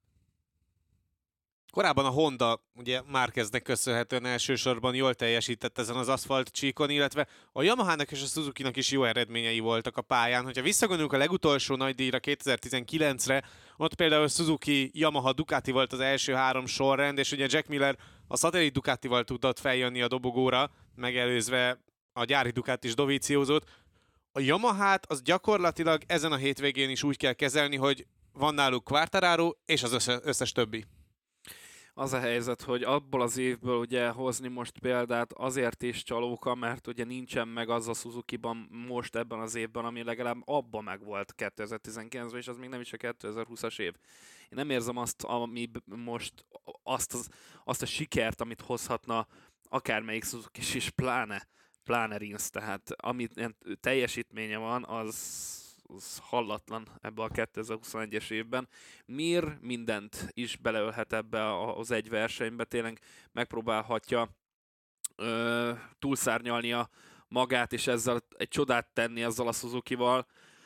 [SPEAKER 2] Korábban a Honda ugye Márqueznek köszönhetően elsősorban jól teljesített ezen az aszfalt csíkon, illetve a Yamahának és a Suzukinak is jó eredményei voltak a pályán. Hogyha visszagondolunk a legutolsó nagydíjra kétezer-tizenkilencre, ott például Suzuki, Yamaha, Ducati volt az első három sorrend, és ugye Jack Miller a szatellit Ducatival tudott feljönni a dobogóra, megelőzve a gyári Ducatis Dovizioso-t. A Yamahát az gyakorlatilag ezen a hétvégén is úgy kell kezelni, hogy van náluk Quartararo és az összes, összes többi.
[SPEAKER 3] Az a helyzet, hogy abból az évből ugye hozni most példát azért is csalóka, mert ugye nincsen meg az a Suzuki-ban most ebben az évben, ami legalább abban meg volt kétezer-tizenkilencben, és az még nem is a kétezer-húszas év. Én nem érzem azt, ami most azt, az, azt a sikert, amit hozhatna akármelyik Suzuki is, pláne, pláne Rins, tehát amit teljesítménye van, az az hallatlan ebbe a kétezer-huszonegyes évben. Mir mindent is beleölhet ebbe az egy versenybe, tényleg megpróbálhatja ö, túlszárnyalnia magát, és ezzel egy csodát tenni ezzel a Suzuki-val.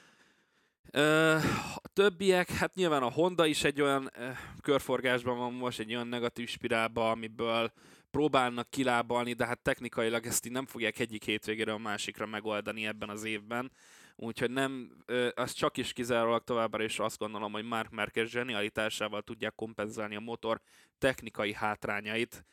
[SPEAKER 3] Ö, a többiek, hát nyilván a Honda is egy olyan ö, körforgásban van most, egy olyan negatív spirálban, amiből próbálnak kilábalni, de hát technikailag ezt így nem fogják egyik hétvégéről a másikra megoldani ebben az évben. Úgyhogy nem, az csak is kizárólag továbbra is azt gondolom, hogy Marc Márquez zsenialitásával tudják kompenzálni a motor technikai hátrányait.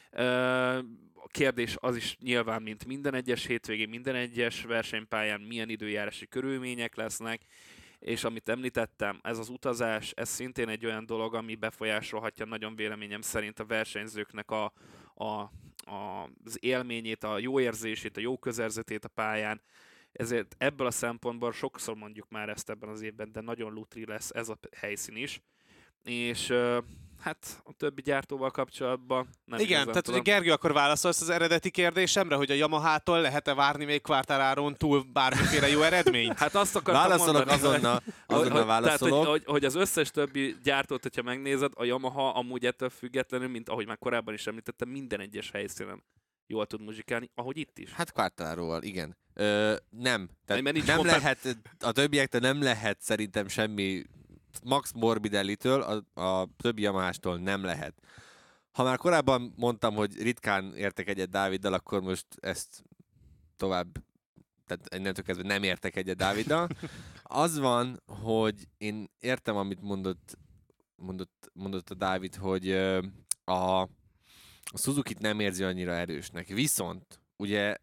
[SPEAKER 3] A kérdés az is nyilván, mint minden egyes hétvégén, minden egyes versenypályán milyen időjárási körülmények lesznek, és amit említettem, ez az utazás, ez szintén egy olyan dolog, ami befolyásolhatja nagyon véleményem szerint a versenyzőknek a, a, a, az élményét, a jó érzését, a jó közérzetét a pályán. Ezért ebből a szempontból sokszor mondjuk már ezt ebben az évben, de nagyon lutri lesz ez a helyszín is. És hát a többi gyártóval kapcsolatban nem
[SPEAKER 2] Igen, tehát
[SPEAKER 3] tudom.
[SPEAKER 2] ugye Gergő, akkor válaszolsz az eredeti kérdésemre, hogy a Yamahától lehet-e várni még Quartararon túl bármiféle jó eredményt?
[SPEAKER 3] Hát azt akartam
[SPEAKER 1] Válaszolok
[SPEAKER 3] mondani,
[SPEAKER 1] azonnal, azonnal
[SPEAKER 3] hogy,
[SPEAKER 1] válaszolok.
[SPEAKER 3] Tehát, hogy, hogy, hogy az összes többi gyártót, hogyha megnézed, a Yamaha amúgy ettől függetlenül, mint ahogy már korábban is említettem, minden egyes helyszínen jól tud muzsikálni, ahogy itt is.
[SPEAKER 1] Hát Quartararóval, igen. Ö, nem. Tehát
[SPEAKER 3] Mert
[SPEAKER 1] nem
[SPEAKER 3] kompen-
[SPEAKER 1] lehet, a többiektől nem lehet szerintem semmi, Max Morbidelli-től, a, a többi Yamahástól nem lehet. Ha már korábban mondtam, hogy ritkán értek egyet Dáviddal, akkor most ezt tovább, tehát innentől kezdve nem értek egyet Dáviddal. Az van, hogy én értem, amit mondott, mondott, mondott a Dávid, hogy ö, a a Suzuki-t nem érzi annyira erősnek. Viszont, ugye,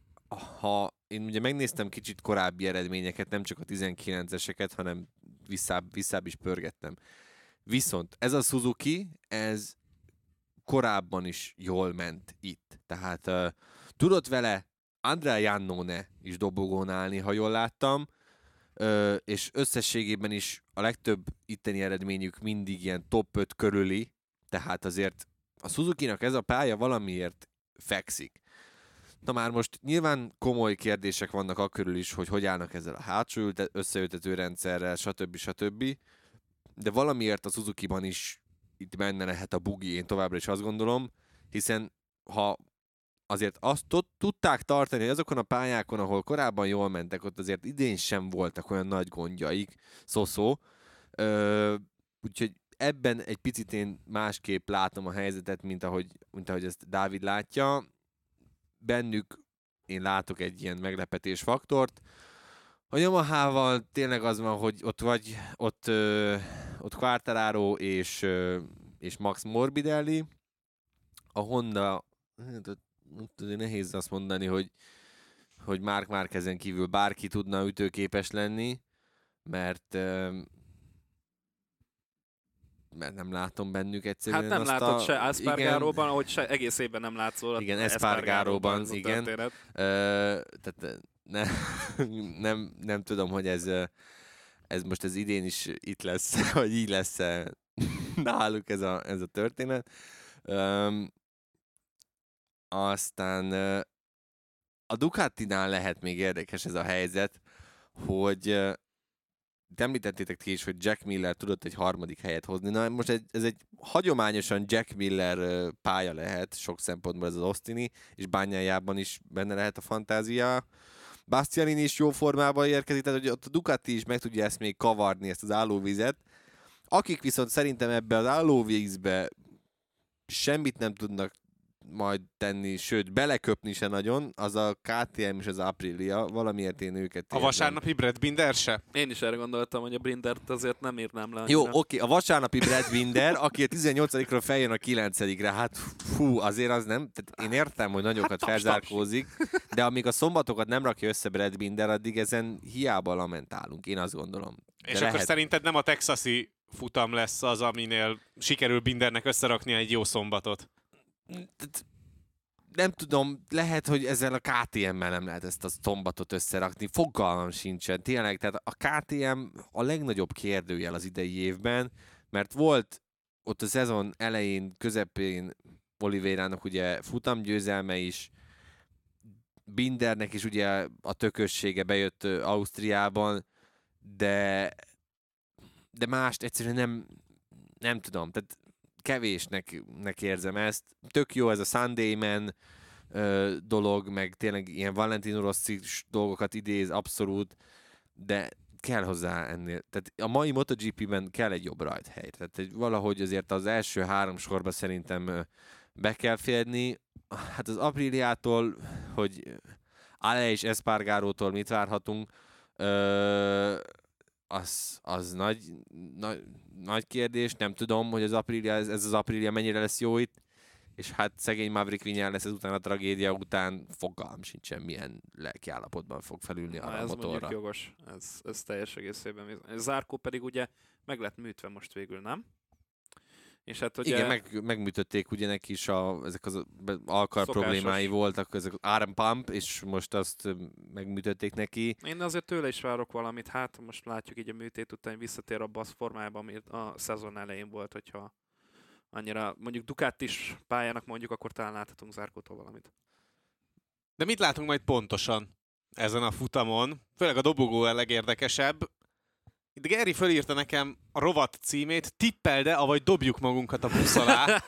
[SPEAKER 1] ha én ugye megnéztem kicsit korábbi eredményeket, nem csak a tizenkilenceseket, hanem visszább, visszább is pörgettem. Viszont ez a Suzuki, ez korábban is jól ment itt. Tehát uh, tudott vele Andrea Iannone is dobogón állni, ha jól láttam, uh, és összességében is a legtöbb itteni eredményük mindig ilyen top öt körüli, tehát azért a Suzuki-nak ez a pálya valamiért fekszik. Na már most nyilván komoly kérdések vannak akkörül is, hogy hogy állnak ezzel a hátsó összeültető rendszerrel, stb. stb. De valamiért a Suzuki-ban is itt benne lehet a bugi, én továbbra is azt gondolom, hiszen ha azért azt tudták tartani, hogy azokon a pályákon, ahol korábban jól mentek, ott azért idén sem voltak olyan nagy gondjaik, szó-szó. Úgyhogy ebben egy picit én másképp látom a helyzetet, mint ahogy, mint ahogy ezt Dávid látja. Bennük én látok egy ilyen meglepetés faktort. A Yamahával tényleg az van, hogy ott vagy, ott, ö, ott Quartararo és, ö, és Max Morbidelli. A Honda, hát, nehéz azt mondani, hogy, hogy Marc Márquezen kívül bárki tudna ütőképes lenni, mert ö, mert nem látom bennük egyszerűen
[SPEAKER 3] Hát nem
[SPEAKER 1] azt
[SPEAKER 3] látod
[SPEAKER 1] a...
[SPEAKER 3] se Espargaróban, ahogy se egész évben nem látszol.
[SPEAKER 1] Igen, Espargaróban, igen. Ö, tehát ne, nem, nem tudom, hogy ez, ez most az idén is itt lesz, vagy így lesz náluk ez a, ez a történet. Öm, aztán a Ducatinál lehet még érdekes ez a helyzet, hogy említettétek ti is, hogy Jack Miller tudott egy harmadik helyet hozni. Na most egy, ez egy hagyományosan Jack Miller pálya lehet, sok szempontból ez az Austini, és Bagnaia-ban is benne lehet a fantázia. Bastianini is jó formában érkezik, tehát hogy ott a Ducati is meg tudja ezt még kavarni, ezt az állóvizet. Akik viszont szerintem ebbe az állóvízbe semmit nem tudnak majd tenni, sőt, beleköpni se nagyon, az a ká té em és az Aprilia, valamiért én őket
[SPEAKER 2] A vasárnapi Brad Binder se?
[SPEAKER 3] Én is erre gondoltam, hogy a Brindert azért nem írnám le.
[SPEAKER 1] Jó, oké, okay, a vasárnapi Brad Binder, aki a tizennyolcadikról feljön a kilencedikre, hát fú, azért az nem, tehát én értem, hogy nagyokat hát, felzárkózik, de amíg a szombatokat nem rakja össze Brad Binder, addig ezen hiába lamentálunk, én azt gondolom.
[SPEAKER 2] És akkor
[SPEAKER 1] lehet.
[SPEAKER 2] szerinted nem a texasi futam lesz az, aminél sikerül Bindernek összerakni egy jó szombatot?
[SPEAKER 1] Nem tudom, lehet, hogy ezzel a ká té emmel nem lehet ezt a szombatot összerakni. Fogalmam sincsen. Tényleg, tehát a ká té em a legnagyobb kérdőjel az idei évben, mert volt ott a szezon elején, közepén Oliveira-nak ugye futamgyőzelme is, Bindernek is ugye a tökössége bejött Ausztriában, de, de mást egyszerűen nem, nem tudom, tehát kevésnek nek érzem ezt. Tök jó ez a Sunday Man ö, dolog, meg tényleg ilyen Valentino Rossi dolgokat idéz abszolút, de kell hozzá ennél. Tehát a mai MotoGP-ben kell egy jobb rajthely. Tehát egy, valahogy azért az első három sorba szerintem ö, be kell férni. Hát az Apriliától, hogy Ale és Espargarótól mit várhatunk, ö, az, az nagy, nagy, nagy kérdés. Nem tudom, hogy az Aprilia, ez, ez az Aprilia mennyire lesz jó itt, és hát szegény Maverick Viñales lesz ezután a tragédia után, fogalm sincsen, milyen lelkiállapotban fog felülni arra
[SPEAKER 3] Na,
[SPEAKER 1] a
[SPEAKER 3] ez
[SPEAKER 1] motorra.
[SPEAKER 3] mondjuk jogos, ez, ez teljes egészében. Zárkó pedig ugye meg lett műtve most végül, nem? És hát ugye...
[SPEAKER 1] Igen, meg, megműtötték ugye neki is, a, ezek az alkar
[SPEAKER 3] Szokásos.
[SPEAKER 1] problémái voltak, ezek az arm pump, és most azt megműtötték neki.
[SPEAKER 3] Én azért tőle is várok valamit, hát most látjuk így a műtét után, hogy visszatér abba az formájában, ami a szezon elején volt, hogyha annyira mondjuk Ducatis pályának mondjuk, akkor talán láthatunk Zárkótól valamit.
[SPEAKER 2] De mit látunk majd pontosan ezen a futamon? Főleg a dobogó a legérdekesebb. Itt Geri fölírta nekem a rovat címét, tippeld -e, avagy dobjuk magunkat a busz alá.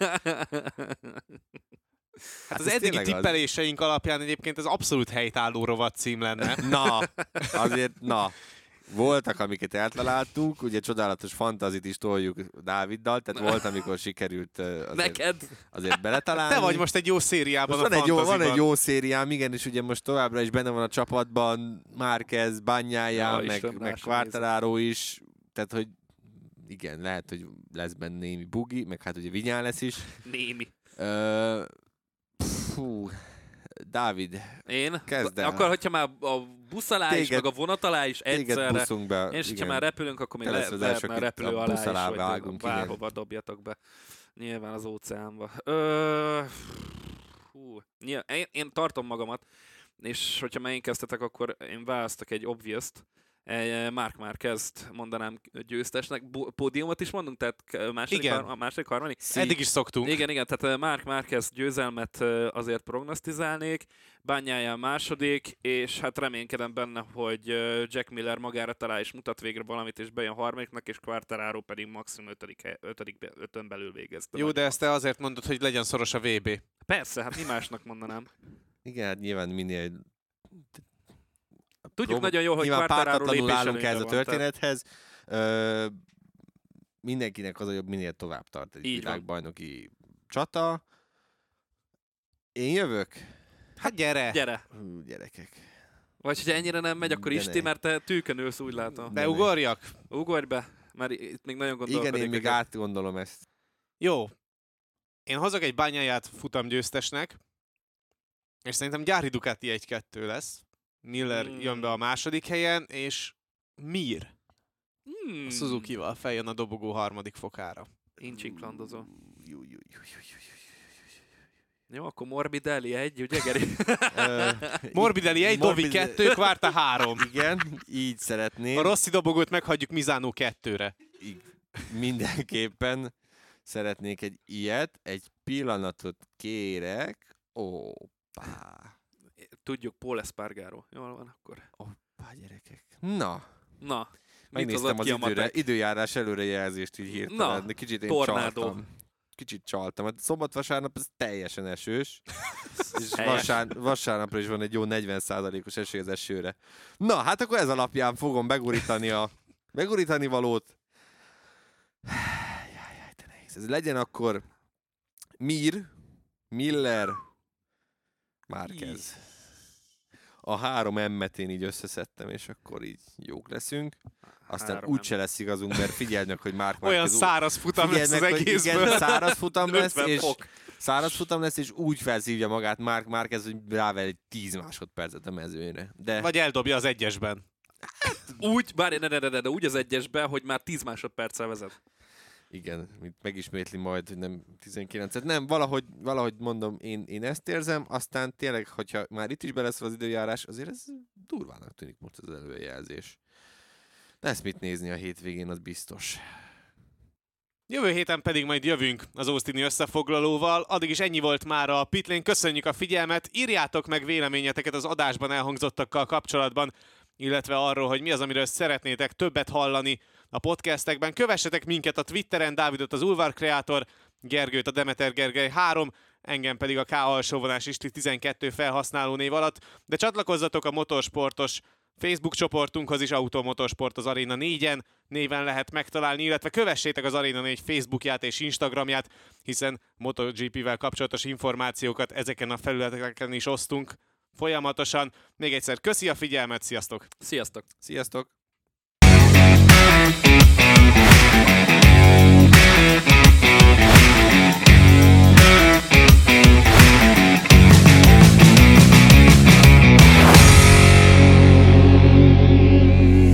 [SPEAKER 2] Hát az
[SPEAKER 1] ez
[SPEAKER 2] eddigi
[SPEAKER 1] tényleg az.
[SPEAKER 2] tippeléseink alapján egyébként ez abszolút helytálló rovat cím lenne.
[SPEAKER 1] Na, azért, na. Voltak, amiket eltaláltunk, ugye csodálatos fantazit is toljuk Dáviddal, tehát volt, amikor sikerült azért,
[SPEAKER 3] Neked?
[SPEAKER 1] azért beletalálni.
[SPEAKER 2] Te vagy most egy jó szériában
[SPEAKER 1] most
[SPEAKER 2] a
[SPEAKER 1] van, egy jó,
[SPEAKER 2] fantaziban.
[SPEAKER 1] van egy jó szériám, igen, és ugye most továbbra is benne van a csapatban Márquez, Bagnaia,
[SPEAKER 3] Ja,
[SPEAKER 1] meg,
[SPEAKER 3] Isten,
[SPEAKER 1] meg
[SPEAKER 3] rá sem
[SPEAKER 1] Quartararo is, tehát hogy igen, lehet, hogy lesz benne némi bugi, meg hát ugye Vinyán lesz is.
[SPEAKER 3] Némi.
[SPEAKER 1] Ö, fú, Dávid,
[SPEAKER 3] Én?
[SPEAKER 1] kezd el.
[SPEAKER 3] Akkor, hogyha már a busz alá is,
[SPEAKER 1] Téged-
[SPEAKER 3] meg a vonat alá is
[SPEAKER 1] téged
[SPEAKER 3] egyszerre,
[SPEAKER 1] buszunk be.
[SPEAKER 3] és hogyha
[SPEAKER 1] igen.
[SPEAKER 3] már repülünk, akkor még
[SPEAKER 1] Te
[SPEAKER 3] le,
[SPEAKER 1] leszel az
[SPEAKER 3] lehet
[SPEAKER 1] első,
[SPEAKER 3] már
[SPEAKER 1] akit
[SPEAKER 3] repülő
[SPEAKER 1] a
[SPEAKER 3] alá
[SPEAKER 1] busz alá
[SPEAKER 3] is, vagy
[SPEAKER 1] vágunk, igen.
[SPEAKER 3] bárhova dobjatok be. Nyilván az óceánba. Ö, hú, nyilván, én, én tartom magamat, és hogyha megint kezdtetek, akkor én választok egy obvious-t. Egy Marc Márquezt mondanám győztesnek. Bo- pódiumot is mondunk? Tehát k- második,
[SPEAKER 2] Igen.
[SPEAKER 3] har- második harmadik?
[SPEAKER 2] Eddig is szoktunk.
[SPEAKER 3] Igen, igen, tehát Marc Márquez győzelmet ö, azért prognosztizálnék, Bagnaia második, és hát reménykedem benne, hogy ö, Jack Miller magára talál és mutat végre valamit, és bejön harmadiknak, és Quartararo pedig maximum ötödik, hely- ötödik, be- ötön belül végez.
[SPEAKER 2] Jó, de ezt te azért mondod, hogy legyen szoros a vé bé.
[SPEAKER 3] Persze, hát mi másnak mondanám.
[SPEAKER 1] Igen, hát nyilván minél...
[SPEAKER 3] Tudjuk
[SPEAKER 1] Prób-
[SPEAKER 3] nagyon jól, hogy
[SPEAKER 1] nyilván
[SPEAKER 3] Quartararo
[SPEAKER 1] pártatlanul állunk
[SPEAKER 3] lépéselőnyben
[SPEAKER 1] ehhez a
[SPEAKER 3] van, tehát-
[SPEAKER 1] történethez. Ö, mindenkinek az a jobb, minél tovább tart egy
[SPEAKER 3] Így van.
[SPEAKER 1] világbajnoki csata. Én jövök?
[SPEAKER 2] Hát gyere!
[SPEAKER 3] Gyere!
[SPEAKER 1] Hú, gyerekek.
[SPEAKER 3] Vagy hogyha ennyire nem megy, akkor
[SPEAKER 1] De
[SPEAKER 3] Isti,
[SPEAKER 1] ne.
[SPEAKER 3] mert te tűkön ülsz, úgy látom.
[SPEAKER 1] De-
[SPEAKER 2] Beugorjak?
[SPEAKER 3] Ugorj be, mert itt még nagyon gondolkodik.
[SPEAKER 1] Igen, én még
[SPEAKER 3] ezért.
[SPEAKER 1] átgondolom ezt.
[SPEAKER 2] Jó. Én hozok egy Bagnaia-t futamgyőztesnek, és szerintem gyári Ducati egy-kettő lesz. Miller
[SPEAKER 3] Hmm.
[SPEAKER 2] jön be a második helyen, és Mir
[SPEAKER 3] Hmm.
[SPEAKER 2] a Suzuki-val feljön a dobogó harmadik fokára.
[SPEAKER 3] Incsiklandozó.
[SPEAKER 1] Jú, jú, jú, jú, jú, jú.
[SPEAKER 3] Jó, akkor Morbidelli egy, ugye Geri?
[SPEAKER 1] Ö,
[SPEAKER 2] Morbidelli egy, Dovi
[SPEAKER 1] Morbid-
[SPEAKER 2] kettő, Quarta három.
[SPEAKER 1] Igen, így szeretném.
[SPEAKER 2] A Rossi dobogót meghagyjuk Misano kettőre.
[SPEAKER 1] Így, mindenképpen szeretnék egy ilyet. Egy pillanatot kérek. Oppá.
[SPEAKER 3] Tudjuk, Paul Espargaro. Jól van akkor.
[SPEAKER 1] Oppá, gyerekek. Na,
[SPEAKER 3] Na, mit
[SPEAKER 1] megnéztem
[SPEAKER 3] hozott
[SPEAKER 1] az
[SPEAKER 3] ki a
[SPEAKER 1] időre,
[SPEAKER 3] matek?
[SPEAKER 1] időjárás előrejelzést így hirtelen.
[SPEAKER 3] Na,
[SPEAKER 1] de kicsit én
[SPEAKER 3] tornádó.
[SPEAKER 1] csaltam. Kicsit csaltam. Hát szombat-vasárnap ez teljesen esős. És
[SPEAKER 3] Helyes.
[SPEAKER 1] vasár, vasárnapra is van egy jó negyven százalékos esély az esőre. Na, hát akkor ez alapján fogom begurítani a begurítani valót. Jaj, jaj, de nehéz. Ez legyen akkor Mir, Miller, Márquez. A három emmet én így összeszedtem, és akkor így jók leszünk. Aztán
[SPEAKER 3] Három
[SPEAKER 1] úgyse lesz igazunk, mert figyeld meg, hogy Marc
[SPEAKER 2] Olyan
[SPEAKER 1] Márquez...
[SPEAKER 2] száraz futam lesz az
[SPEAKER 1] hogy
[SPEAKER 2] egészből.
[SPEAKER 1] igen, száraz futam lesz,
[SPEAKER 3] ötven
[SPEAKER 1] és
[SPEAKER 3] fok.
[SPEAKER 1] száraz futam lesz, és úgy felszívja magát Marc Márquez, hogy rável egy tíz másodpercet a mezőnyre. De
[SPEAKER 2] Vagy eldobja az egyesben.
[SPEAKER 3] úgy, bár ne, ne, ne, ne, de úgy az egyesbe, hogy már tíz másodperccel vezet.
[SPEAKER 1] Igen, mint megismétli majd, hogy nem tizenkilencet. Nem, valahogy, valahogy mondom, én, én ezt érzem, aztán tényleg, hogyha már itt is beleszól az időjárás, azért ez durvának tűnik most az előjelzés. Lesz mit nézni a hétvégén, az biztos.
[SPEAKER 2] Jövő héten pedig majd jövünk az Austini összefoglalóval. Addig is ennyi volt már a Pitlane. Köszönjük a figyelmet. Írjátok meg véleményeteket az adásban elhangzottakkal kapcsolatban, illetve arról, hogy mi az, amiről szeretnétek többet hallani a podcastekben. Kövessetek minket a Twitteren, Dávidot az Ulvar Kreator, Gergőt a Demeter Gergely három, engem pedig a K alsóvonás Isti tizenkettő felhasználó név alatt, de csatlakozzatok a motorsportos Facebook csoportunkhoz is, Automotorsport az Arena négyen néven lehet megtalálni, illetve kövessétek az Arena négy Facebookját és Instagramját, hiszen MotoGP-vel kapcsolatos információkat ezeken a felületeken is osztunk folyamatosan. Még egyszer köszi a figyelmet, sziasztok!
[SPEAKER 3] Sziasztok!
[SPEAKER 1] Sziasztok!
[SPEAKER 4] We'll be right back.